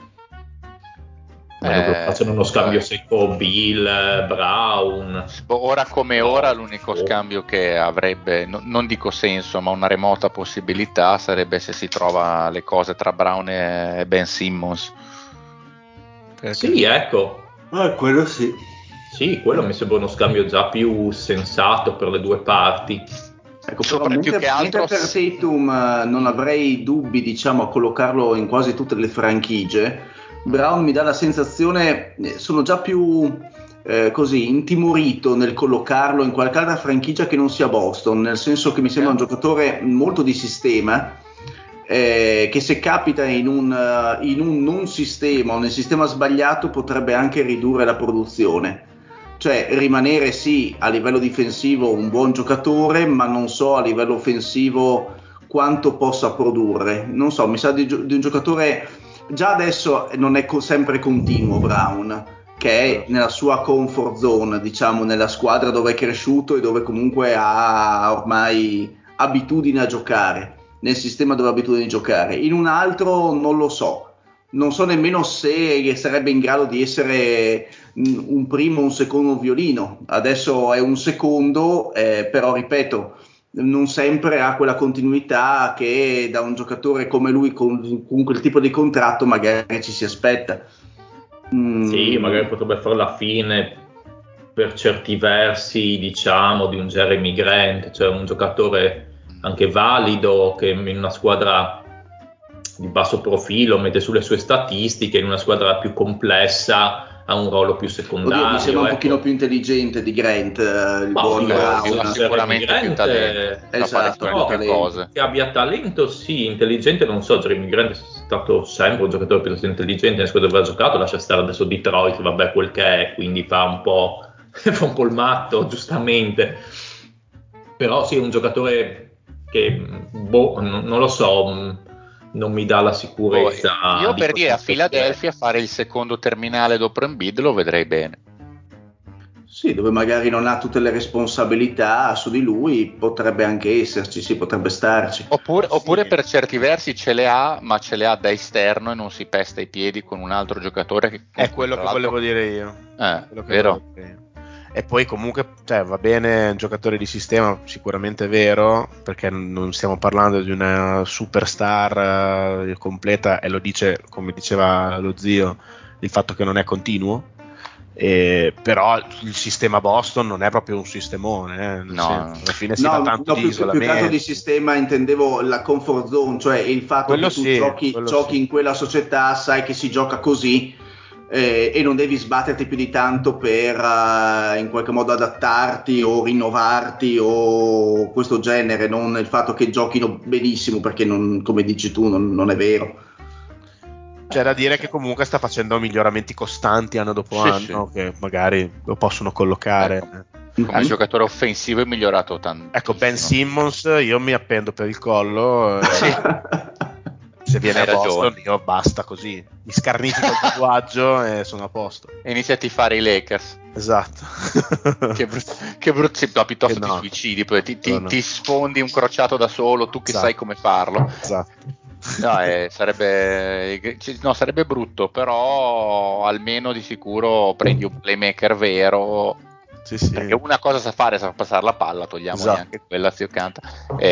A meno che Eh, facciano uno scambio eh. secco Bill, Brown. Ora come no, ora l'unico oh. scambio che avrebbe, no, non dico senso, ma una remota possibilità sarebbe se si trova le cose tra Brown e Ben Simmons. Perché... Sì, ecco. Ah, quello sì. Sì, quello mi sembra uno scambio già più sensato per le due parti. Ecco, però mentre, più che altro per Tatum uh, non avrei dubbi, diciamo, a collocarlo in quasi tutte le franchigie. Brown mi dà la sensazione, sono già più eh, così intimorito nel collocarlo in qualche altra franchigia che non sia Boston, nel senso che mi sembra un giocatore molto di sistema, eh, che se capita in un, uh, in un non sistema o nel sistema sbagliato potrebbe anche ridurre la produzione. Cioè rimanere sì a livello difensivo un buon giocatore, ma non so a livello offensivo quanto possa produrre. Non so, mi sa di, di un giocatore, già adesso non è co- sempre continuo Brown, che è nella sua comfort zone, diciamo, nella squadra dove è cresciuto e dove comunque ha ormai abitudine a giocare, nel sistema dove ha abitudine di giocare. In un altro non lo so. Non so nemmeno se sarebbe in grado di essere un primo o un secondo violino. Adesso è un secondo, eh, però ripeto, non sempre ha quella continuità che da un giocatore come lui con, con quel tipo di contratto magari ci si aspetta. Mm. Sì, magari potrebbe fare la fine per certi versi, diciamo, di un Jeremy Grant, cioè un giocatore anche valido che in una squadra di basso profilo mette sulle sue statistiche, in una squadra più complessa ha un ruolo più secondario. Oddio, mi sembra ecco. un pochino più intelligente di Grant, eh, il Ma buon oddio, Brown. ha sicuramente Grant, più talento, esatto, fa più più talento. cose. Che abbia talento, sì, intelligente, non so, Jeremy Grant è stato sempre un giocatore piuttosto intelligente nelle squadre dove ha giocato, lascia stare adesso Detroit, vabbè, quel che è, quindi fa un po', fa un po' il matto, giustamente. Però sì, è un giocatore che, boh, non, non lo so, non mi dà la sicurezza. Oh, io di per dire a poter Philadelphia fare il secondo terminale dopo Embiid lo vedrei bene. Sì, dove magari non ha tutte le responsabilità su di lui, potrebbe anche esserci, sì, potrebbe starci. Oppure, Sì. oppure per certi versi ce le ha, ma ce le ha da esterno e non si pesta i piedi con un altro giocatore che È quello che volevo dire io. Eh, Quello che vero? volevo dire io. E poi comunque, cioè, va bene un giocatore di sistema, sicuramente è vero, perché non stiamo parlando di una superstar eh, completa, e lo dice, come diceva lo zio, il fatto che non è continuo. Eh, però il sistema Boston non è proprio un sistemone, eh, nel No. senso, alla fine si No, va tanto no, di più, più che altro isolamento. di sistema intendevo la comfort zone, cioè il fatto Quello che tu sì, giochi, quello giochi sì. in quella società, sai che si gioca così eh, e non devi sbatterti più di tanto per uh, in qualche modo adattarti o rinnovarti o questo genere, non il fatto che giochino benissimo, perché non, come dici tu non, non è vero. C'è da dire che comunque sta facendo miglioramenti costanti anno dopo Sì, anno, sì. che magari lo possono collocare. Ecco, come Mm-hmm. giocatore offensivo è migliorato tanto. Ecco, Ben Simmons, io mi appendo per il collo. Sì. Se viene Hai a Boston, ragione. io basta così. Mi scarnifico il tatuaggio e sono a posto. E inizia a tifare i Lakers. Esatto. Che brutto, che brutto, sì, no, piuttosto Che ti no. suicidi, poi ti, ti, No, no. ti sfondi un crociato da solo, tu che Esatto. sai come farlo. Esatto. No, eh, sarebbe, no, sarebbe brutto, però almeno di sicuro prendi un playmaker vero. Sì, sì. Perché una cosa sa fare, sa passare la palla, togliamogli Esatto. anche quella, zio Canta.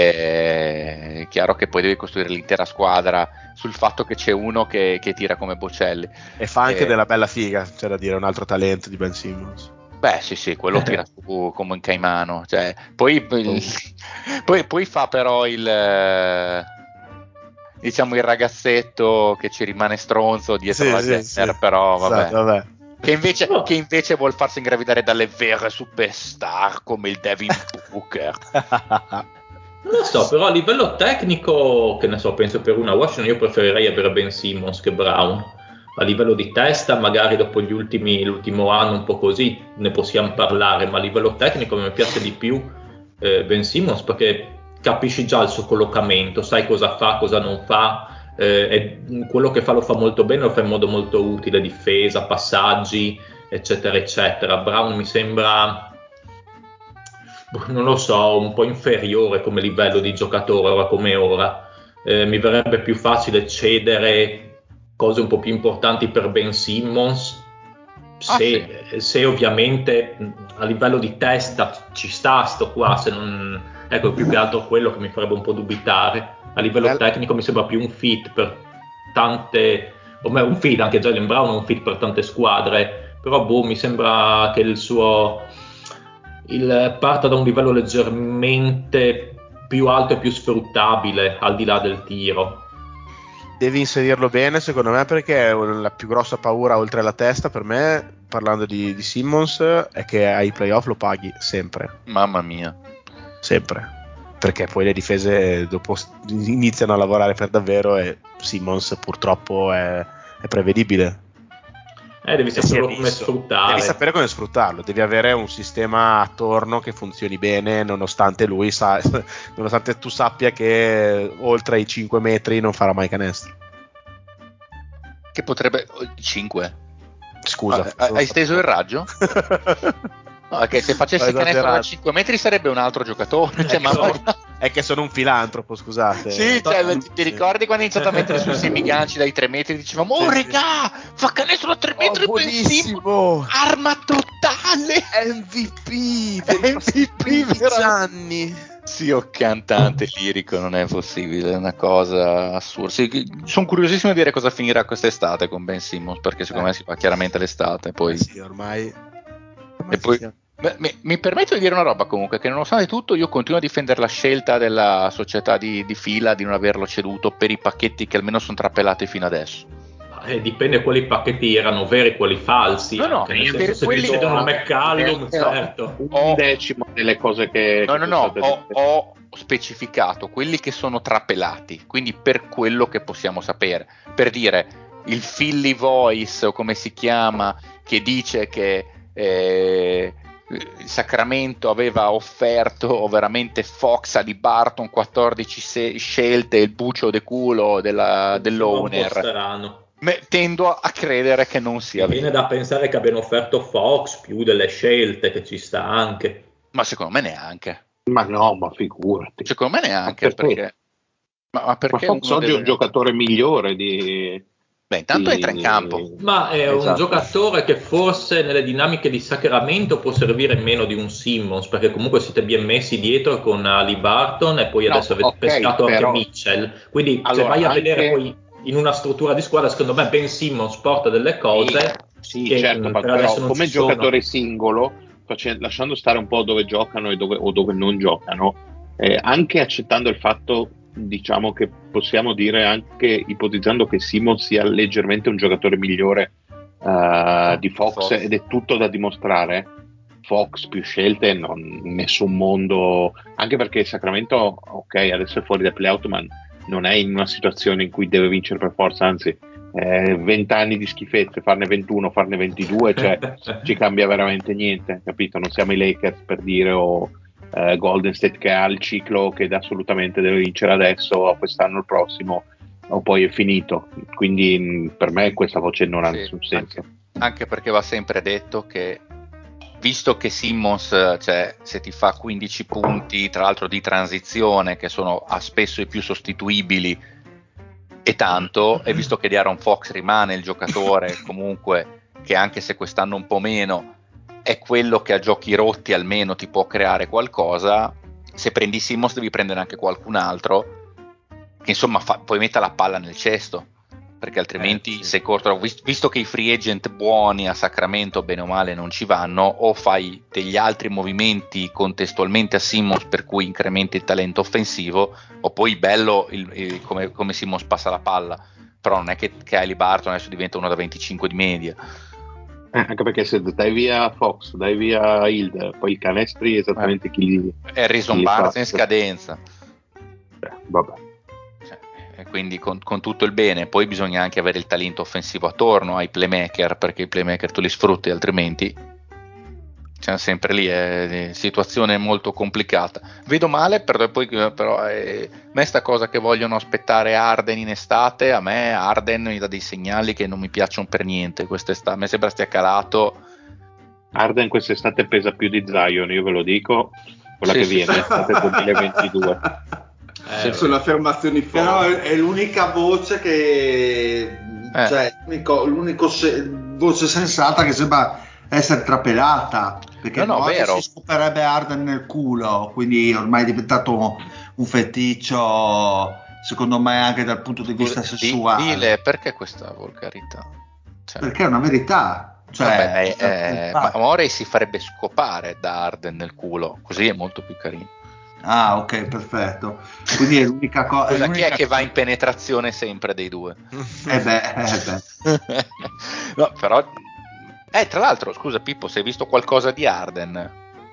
È chiaro che poi devi costruire l'intera squadra sul fatto che c'è uno che, che tira come Bocelli. E fa anche Eh, della bella figa, c'è da dire, un altro talento di Ben Simmons. Beh, sì, sì, quello tira su come un caimano. Cioè, poi, il, poi, poi fa però il, eh, diciamo, il ragazzetto che ci rimane stronzo dietro Sì, la sì, Jenner, sì. però vabbè. Esatto, vabbè. Che invece, Oh. che invece vuol farsi ingravidare dalle vere superstar come il Devin Booker. Non lo so, però a livello tecnico, che ne so, penso per una Washington io preferirei avere Ben Simmons che Brown. A livello di testa, magari dopo gli ultimi, l'ultimo anno un po' così ne possiamo parlare, ma a livello tecnico mi piace di più eh, Ben Simmons perché capisci già il suo collocamento, sai cosa fa, cosa non fa, eh, e quello che fa lo fa molto bene, lo fa in modo molto utile, difesa, passaggi, eccetera, eccetera. Brown mi sembra, non lo so, un po' inferiore come livello di giocatore ora come ora. Eh, mi verrebbe più facile cedere cose un po' più importanti per Ben Simmons se, Ah, se ovviamente a livello di testa ci sta sto qua, se non, ecco, più che altro quello che mi farebbe un po' dubitare. A livello Bel- tecnico mi sembra più un fit per tante, o meglio un fit, anche Jaylen Brown è un fit per tante squadre, però boh, mi sembra che il suo il, parta da un livello leggermente più alto e più sfruttabile al di là del tiro. Devi inserirlo bene, secondo me, perché la più grossa paura oltre alla testa per me, parlando di, di Simmons, è che ai playoff lo paghi sempre. Mamma mia. Sempre. Perché poi le difese dopo iniziano a lavorare per davvero e Simmons purtroppo è, è prevedibile. Eh, devi E si è saperlo come visto. sfruttare. Devi sapere come sfruttarlo, devi avere un sistema attorno che funzioni bene, nonostante lui sa, nonostante tu sappia che oltre i cinque metri non farà mai canestro. Che potrebbe... cinque? Scusa, Ah, hai steso il raggio? No, che se facesse canestro da cinque metri sarebbe un altro giocatore. È, Cioè, che mamma sono, mia. è che sono un filantropo, scusate. Sì, cioè, ti, ti ricordi quando ha iniziato a mettere sui semiganci dai tre metri? Dicevamo, oh Sì, regà, fa canestro da tre Oh, metri, buonissimo! arma totale, M V P per M V P quindici vera- anni. Zio cantante lirico, non è possibile, è una cosa assurda. Sì, sono curiosissimo di vedere cosa finirà quest'estate con Ben Simmons, perché secondo Eh. me si fa chiaramente l'estate. Poi... Eh sì, ormai, ormai E poi siamo... beh, mi, mi permetto di dire una roba comunque, che nonostante tutto io continuo a difendere la scelta della società di, di fila di non averlo ceduto per i pacchetti che almeno sono trappelati fino adesso. Eh, dipende quali pacchetti erano veri e quali falsi. No, no, anche, nel per senso, se quelli- ti cedono Ah, McCallum, eh, certo. un Ho- decimo delle cose che, No, che no, sono no, state ho, dette. ho specificato quelli che sono trapelati, quindi per quello che possiamo sapere. Per dire, il Philly Voice, o come si chiama, che dice che eh, il Sacramento aveva offerto veramente Fox a Barton quattordici se- scelte, il bucio de culo della, Un po' dell'owner. strano. Me- tendo a credere che non sia Mi viene vero, da pensare che abbiano offerto Fox più delle scelte, che ci sta anche. ma secondo me neanche. Ma no, ma figurati. Secondo me neanche, Ma perché? perché... Ma, ma Ma perché Fox uno oggi è deve... un giocatore migliore di... Beh, intanto di- entra in campo. Ma è un Esatto. giocatore che forse nelle dinamiche di Sacramento può servire meno di un Simmons, perché comunque siete ben messi dietro con Ali Barton e poi No, adesso avete ok, pescato però- anche Mitchell. Quindi se Allora, vai a anche- vedere poi in una struttura di squadra, secondo me Ben Simmons porta delle cose Sì, che certo, mh, ma per però adesso non come ci sono. giocatore singolo, face- lasciando stare un po' dove giocano e dove, o dove non giocano, eh, anche accettando il fatto, diciamo che possiamo dire, anche ipotizzando che Simmons sia leggermente un giocatore migliore eh, di Fox, Fox. ed è tutto da dimostrare. Fox più scelte, non, nessun mondo, anche perché Sacramento, ok, adesso è fuori dai playout, ma non è in una situazione in cui deve vincere per forza, anzi venti anni di schifezze, farne ventuno, farne ventidue, cioè ci cambia veramente niente, capito? Non siamo i Lakers, per dire, o eh, Golden State che ha il ciclo che assolutamente deve vincere adesso o quest'anno, il prossimo, o poi è finito. Quindi mh, per me questa voce non ha Sì, nessun senso. anche, anche perché va sempre detto che, visto che Simmons, cioè, se ti fa quindici punti, tra l'altro di transizione, che sono a spesso i più sostituibili, e tanto, e visto che De'Aaron Fox rimane il giocatore comunque che, anche se quest'anno un po' meno, è quello che a giochi rotti almeno ti può creare qualcosa, se prendi Simmons devi prendere anche qualcun altro che insomma fa, poi metta la palla nel cesto, perché altrimenti Eh, sì. sei corto, vis- visto che i free agent buoni a Sacramento bene o male non ci vanno, o fai degli altri movimenti contestualmente a Simmons per cui incrementi il talento offensivo, o poi bello il, il, come, come Simmons passa la palla, però non è che, che Ali Barton adesso diventa uno da venticinque di media. Eh, anche perché se dai via Fox, dai via Hild, poi i canestri esattamente chi li, Harrison chi li Barnes fa. in scadenza. Eh, vabbè. Cioè, e quindi con, con tutto il bene, poi bisogna anche avere il talento offensivo attorno ai playmaker, perché i playmaker tu li sfrutti, altrimenti c'è sempre lì, è situazione molto complicata. Vedo male, però, poi, però eh, a me sta cosa che vogliono aspettare Harden in estate, a me Harden mi dà dei segnali che non mi piacciono per niente quest'estate, a me sembra stia calato. Harden quest'estate pesa più di Zion, io ve lo dico, quella Sì, che sì, viene, sì. estate duemilaventidue. Eh, Sono affermazioni forti. Però è, è l'unica voce che, Eh. cioè, l'unico, l'unico se- voce sensata che sembra essere trapelata, perché No, no, poi vero. si scoperebbe Harden nel culo, quindi ormai è diventato un feticcio, secondo me, anche dal punto di vista Di- sessuale. dile, perché questa volgarità? Cioè, Perché è una verità. Cioè, vabbè, cioè, eh, ma Morey si farebbe scopare da Harden nel culo, così è molto più carino. Ah, ok, perfetto. Quindi è l'unica cosa. Scusa, chi è che va in penetrazione sempre dei due? Eh beh, eh beh. No, però eh, tra l'altro, scusa Pippo, se hai visto qualcosa di Harden?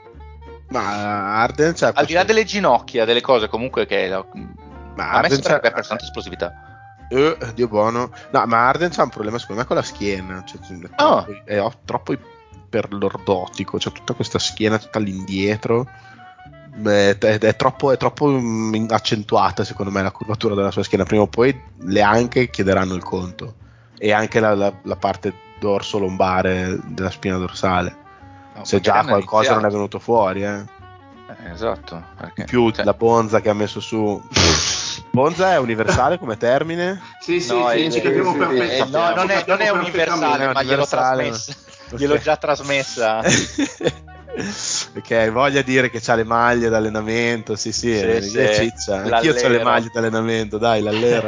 Ma Harden c'ha Al di là questo- delle ginocchia, delle cose comunque che Ma a me Harden sembra c'ha- che abbia abbastanza esplosività. Eh, Dio buono. No, ma Harden c'ha un problema secondo me con la schiena, cioè, è, Ah. troppo, è o- troppo iperlordotico, c'ha tutta questa schiena tutta all'indietro. È, è- è troppo, è troppo mm, accentuata secondo me la curvatura della sua schiena. Prima o poi le anche chiederanno il conto, e anche la, la- la parte dorso-lombare della spina dorsale. No, Se magari già hanno qualcosa iniziato. non è venuto fuori, eh. Eh, esatto. Perché, In più cioè, la Bonza che ha messo su. Bonza è universale come termine? Sì, sì, no, sì, il- ci capiamo il- perfettamente. eh, no, non è, non è universale, Non è ma gliel'ho universale, trasmessa. ma- Gliel'ho ok. già trasmessa. Perché hai voglia di dire che c'ha le maglie d'allenamento, sì sì, Sì, eh, sì, ciccia. Anch'io l'allero. ho le maglie d'allenamento, dai, l'allero.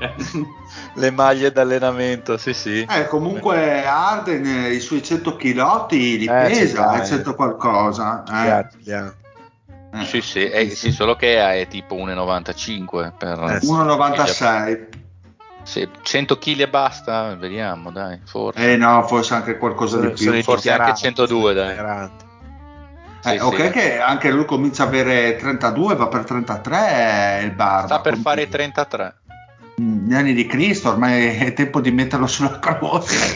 Le maglie d'allenamento, sì sì. Eh, comunque Arden eh, i suoi cento chilotti li Eh, ce li pesa, ha, eh, eh. cento qualcosa. Ce li ha, Eh. ce li ha. Eh, Sì, sì, eh, sì, solo che è tipo uno virgola novantacinque per Eh, sì. uno virgola novantasei. Sì, cento chili e basta, vediamo, dai, forse. Eh no, forse anche qualcosa Sono, di sono più. i Forse anche dichiaranti, centodue, sono i dai. dichiaranti. Sì, Eh, ok sì. che anche lui comincia a avere trentadue, va per trentatré il barba. Sta per quindi- fare i trentatré. Gli anni di Cristo, ormai è tempo di metterlo sulla croce.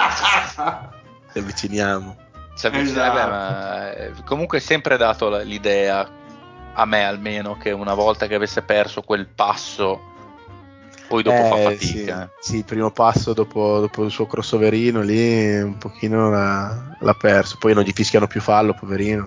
Ci avviciniamo. Ci avvicina- Esatto. eh beh, ma, eh, comunque è sempre dato la- l'idea, a me almeno, che una volta che avesse perso quel passo, poi dopo fa Eh, fatica. sì, sì, il primo passo dopo, dopo il suo crossoverino lì un pochino l'ha, l'ha perso. Poi non gli fischiano più fallo, poverino.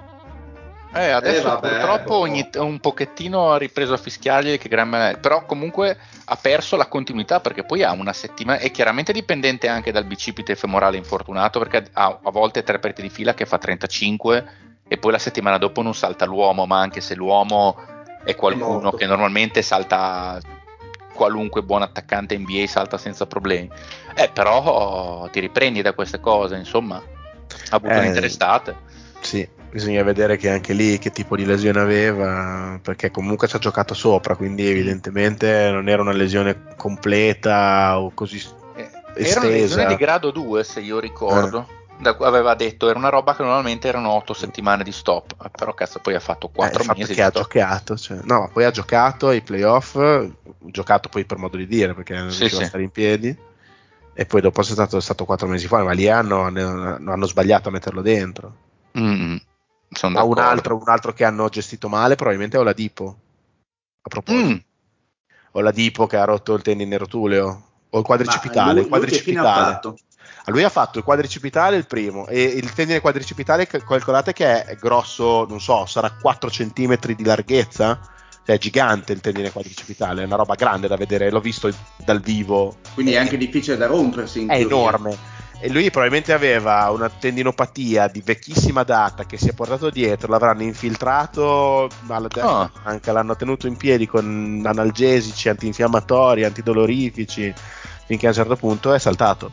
Eh, adesso Eh, vabbè, purtroppo boh. ogni, un pochettino ha ripreso a fischiargli, che gran me- però comunque ha perso la continuità, perché poi ha una settimana, è chiaramente dipendente anche dal bicipite femorale infortunato, perché ha a volte tre partite di fila che fa trentacinque e poi la settimana dopo non salta l'uomo, ma anche se l'uomo è qualcuno morto. che normalmente salta, qualunque buon attaccante N B A salta senza problemi, eh, però ti riprendi da queste cose, insomma, ha avuto Eh, un'interestate. Sì, bisogna vedere che anche lì che tipo di lesione aveva, perché comunque ci ha giocato sopra, quindi evidentemente non era una lesione completa o così Eh, estesa. Era una lesione di grado due, se io ricordo. Da, aveva detto era una roba che normalmente erano otto settimane di stop, però cazzo poi ha fatto Eh, quattro il fatto mesi che di ha stop. giocato, cioè, no, poi ha giocato ai playoff, giocato poi per modo di dire perché non Sì, riusciva sì. a stare in piedi, e poi dopo è stato, è stato quattro mesi fuori, ma lì hanno, hanno, hanno sbagliato a metterlo dentro. Mm, sono A un d'accordo. altro, un altro che hanno gestito male probabilmente è Oladipo, a proposito. Mm, Oladipo che ha rotto il tendine rotuleo o il Ma quadricipitale, lui, il lui che fine ha quadricipitale. fatto? A lui ha fatto il quadricipitale il primo e il tendine quadricipitale calcolate che è grosso, non so, sarà quattro centimetri di larghezza, cioè è gigante il tendine quadricipitale, è una roba grande da vedere, l'ho visto dal vivo. Quindi è è, anche difficile da rompersi in è teoria. enorme. E lui probabilmente aveva una tendinopatia di vecchissima data che si è portato dietro, l'avranno infiltrato, Ah. anche l'hanno tenuto in piedi con analgesici, antinfiammatori, antidolorifici, finché a un certo punto è saltato.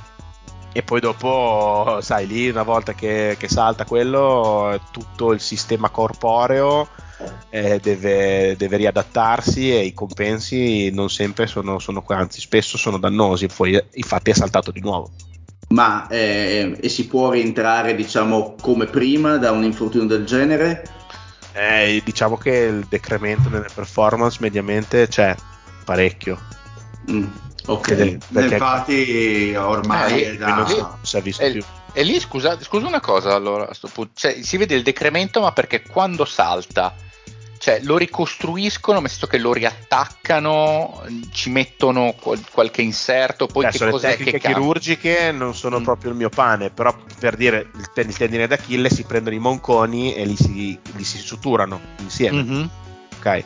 E poi dopo, sai, lì una volta che, che salta quello, tutto il sistema corporeo eh, deve, deve riadattarsi e i compensi non sempre sono, sono, anzi spesso sono dannosi, poi infatti è saltato di nuovo. Ma eh, e si può rientrare, diciamo, come prima da un infortunio del genere? Eh, diciamo che il decremento nelle performance mediamente c'è parecchio. Mm, ok. Perché, perché Infatti ormai Eh, è non si, da... non si è visto E, più. e lì scusa, scusa una cosa, allora, a sto punto. Cioè, si vede il decremento, ma perché quando salta, cioè lo ricostruiscono, nel senso che lo riattaccano, ci mettono qual- qualche inserto, poi Beh, che sono le cos'è che tecniche cambia? chirurgiche non sono Mm. proprio il mio pane, però per dire il, ten- il tendine d'Achille si prendono i monconi e li si, li si suturano insieme, Mhm. ok?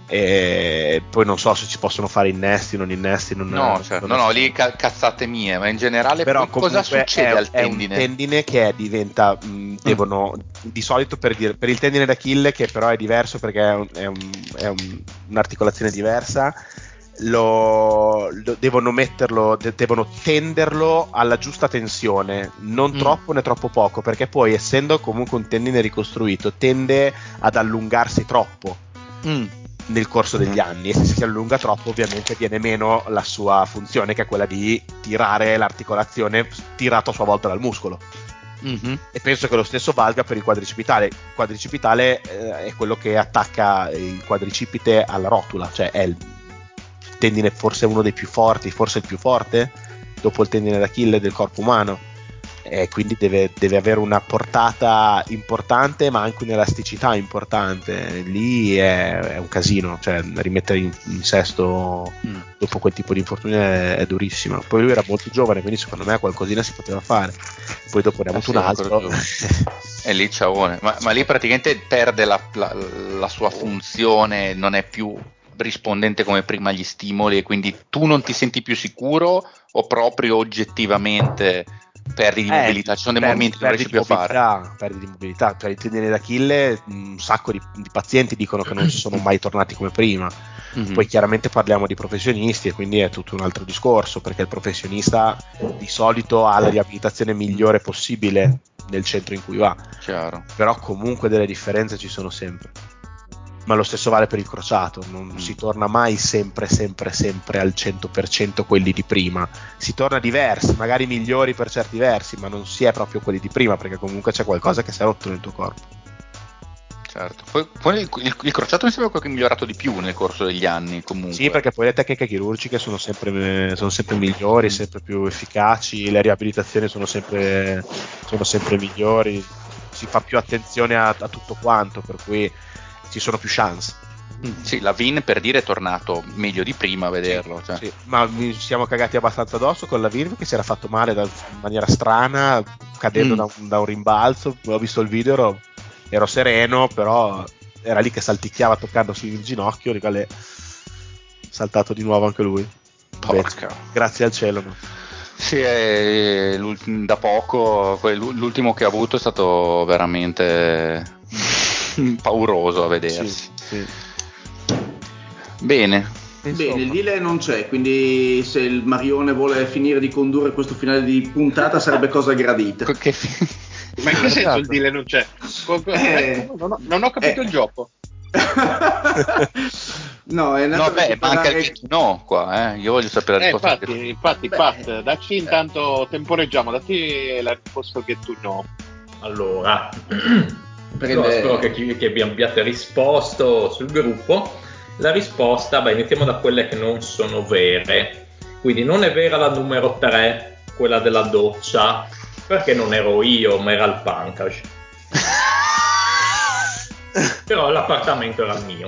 E poi non so se ci possono fare innesti, non innesti, non, No, non cioè, non no, ne no, so. lì ca- cazzate mie, ma in generale Però poi cosa comunque succede è, al è un tendine? tendine che diventa mh, devono di solito per dire per il tendine d'Achille, che però è diverso perché è, un, è, un, è un, un'articolazione diversa, lo, lo devono metterlo de, devono tenderlo alla giusta tensione, non Mm. troppo né troppo poco, perché poi essendo comunque un tendine ricostruito tende ad allungarsi troppo Mm. nel corso degli anni, e se si allunga troppo ovviamente viene meno la sua funzione, che è quella di tirare l'articolazione tirato a sua volta dal muscolo. Mhm. E penso che lo stesso valga per il quadricipitale. Il quadricipitale eh, è quello che attacca il quadricipite alla rotula, cioè è il tendine forse uno dei più forti, forse il più forte dopo il tendine d'Achille del corpo umano, e quindi deve, deve avere una portata importante ma anche un'elasticità importante. Lì è, è un casino, cioè rimettere in, in sesto Mm. dopo quel tipo di infortunio è, è durissimo. Poi lui era molto giovane, quindi secondo me qualcosina si poteva fare. Poi dopo ne ha Eh avuto sì, un è ancora altro. E lì ciaone, ma, ma lì praticamente perde la, la, la sua funzione, non è più rispondente come prima agli stimoli, e quindi tu non ti senti più sicuro, o proprio oggettivamente perdi di Eh, mobilità, ci sono dei perdi- momenti che non perdi riesci di più a fare. mobilità, perdi di mobilità, cioè il tendine d'Achille, un sacco di, di pazienti dicono che non sono mai tornati come prima. Mhm. Poi chiaramente parliamo di professionisti e quindi è tutto un altro discorso, perché il professionista di solito ha la riabilitazione migliore possibile nel centro in cui va, Chiaro. però comunque delle differenze ci sono sempre. Ma lo stesso vale per il crociato, non Mm. si torna mai sempre, sempre, sempre al cento per cento quelli di prima. Si torna diversi, magari migliori per certi versi, ma non si è proprio quelli di prima, perché comunque c'è qualcosa che si è rotto nel tuo corpo. Certo. Poi, poi il, il, il crociato mi sembra che è migliorato di più nel corso degli anni, comunque. Sì, perché poi le tecniche chirurgiche sono sempre, sono sempre migliori, sempre più efficaci, le riabilitazioni sono sempre, sono sempre migliori, si fa più attenzione a, a tutto quanto, per cui ci sono più chance. Sì, la Vin per dire è tornato meglio di prima a vederlo. Cioè. Sì, ma mi siamo cagati abbastanza addosso con la Virv che si era fatto male da, in maniera strana, cadendo Mm. da, un, da un rimbalzo. Ho visto il video, ero, ero sereno, però era lì che salticchiava toccandosi il ginocchio, di quale saltato di nuovo anche lui. Porca. Beh, grazie al cielo. No? Sì, è da poco l'ultimo che ha avuto è stato veramente pauroso a vedersi. Sì, sì. Bene. Bene, il delay non c'è, quindi se il Marione vuole finire di condurre questo finale di puntata sarebbe cosa gradita. Che fi- Ma in che senso il deal non c'è? Eh, non, ho, non ho capito eh. il gioco. No, è andato No, a beh, manca il recuperare... Get to Know qua, eh. Io voglio sapere la Eh, risposta. infatti, che- infatti, Beh. Pat, dacci intanto, temporeggiamo, datti la risposta che tu no. Allora, Prende- allora spero che, chi- che vi abbiate risposto sul gruppo. La risposta, beh, iniziamo da quelle che non sono vere. Quindi non è vera la numero tre, quella della doccia, perché non ero io, ma era il pancake. Però l'appartamento era il mio.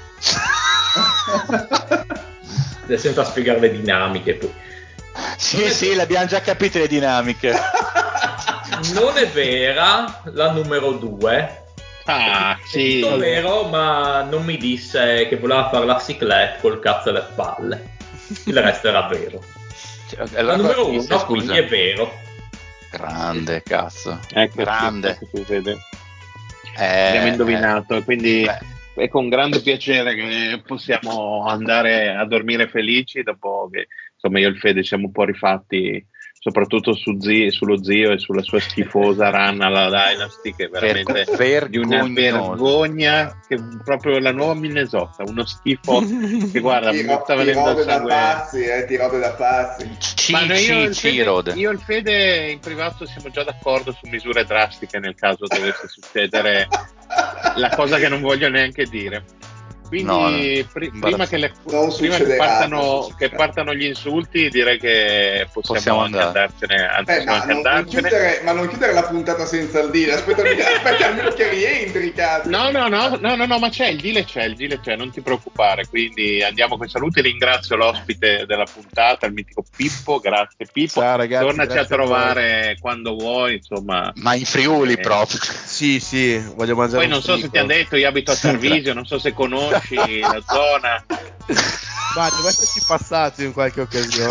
Adesso senza spiegare le dinamiche poi. Sì, sì, le abbiamo già capite le dinamiche. Non è vera la numero due. Ah, sì. È vero, ma non mi disse che voleva fare la ciclette col cazzo alle palle. Il resto era vero. Cioè, La allora numero cosa ti disse, uno, scusa? quindi è vero. Grande, cazzo. Ecco, Grande. sì, tu vede. Eh, Abbiamo indovinato, eh, quindi beh. è con grande piacere che possiamo andare a dormire felici dopo che insomma io e il Fede siamo un po' rifatti, soprattutto su zio, sullo zio e sulla sua schifosa run alla Dynasty, che è veramente Ver- di una vergognoso. vergogna, che proprio la nuova Minnesota, uno schifo che guarda, Ti, mi ro- sta ti venendo il rode da sangue. pazzi, eh, ti rode da pazzi. C, Ma noi, io, e C, il C, Fede, Rode. io e il Fede in privato siamo già d'accordo su misure drastiche nel caso dovesse succedere la cosa che non voglio neanche dire. Quindi No, no. pri- Imbarazzante. prima, che, le, Non prima che, succederà, partano, non che succederà. partano gli insulti, direi che possiamo, Possiamo anche andare. andarcene. Anzi, Eh, possiamo ma, anche non, non andarcene. chiudere, ma non chiudere la puntata senza il dire, aspetta, aspetta almeno che rientri, cazzo. No, no, no, no, no, no, ma c'è il deal, c'è il deal, c'è, non ti preoccupare. Quindi andiamo con i saluti. Ringrazio l'ospite della puntata, il mitico Pippo. Grazie, Pippo. Ciao, ragazzi, Tornaci a grazie a voi. trovare quando vuoi, insomma. Ma in Friuli Eh, proprio. Sì, sì, voglio mangiare Poi un non so se frigo. ti hanno detto, io abito a Tarvisio, non so se conosci la zona. Ma devo esserci passato in qualche occasione.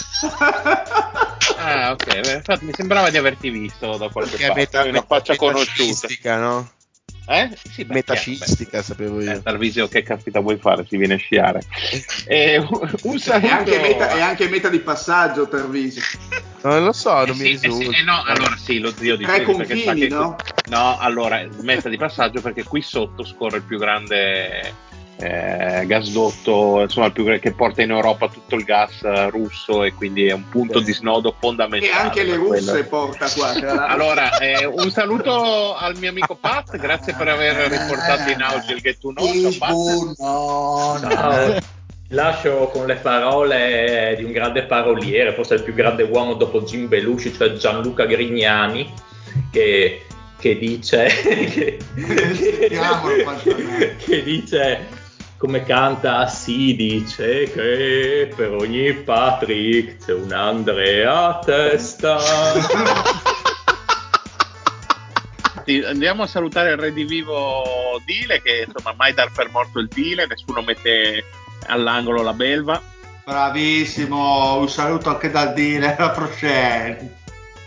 Ah, ok, beh, infatti mi sembrava di averti visto da qualche Che è parte, meta, hai una faccia conosciuta. metacistica, no? Eh? Sì, beh, Metacistica, chiaro, sapevo beh. io. Eh, Tarvisio, che caspita vuoi fare? Si viene a sciare. E un, un saluto. È anche, meta, è anche meta di passaggio Tarvisio. Non lo so, Eh non sì, mi eh sì, risulta. eh no, allora sì, lo zio di Tre Fede, perché sa confini, che no? no, allora meta di passaggio perché qui sotto scorre il più grande eh, gasdotto, insomma, il più grande che porta in Europa tutto il gas eh, russo, e quindi è un punto Sì. di snodo fondamentale. E anche le per russe quello. porta qua, tra l'altro. Allora, eh, un saluto al mio amico Pat, grazie per aver riportato in auge il Get to Know. Ciao, Pat. No, Ciao. Lascio con le parole di un grande paroliere, forse il più grande uomo dopo Jim Belushi, cioè Gianluca Grignani, che, che dice che, Sentiamolo, che, che dice come canta, si dice che per ogni Patrick c'è un Andrea a testa. Andiamo a salutare il redivivo Dile, che insomma mai dar per morto il Dile, nessuno mette all'angolo la belva. bravissimo, un saluto anche da dire, alla prossima.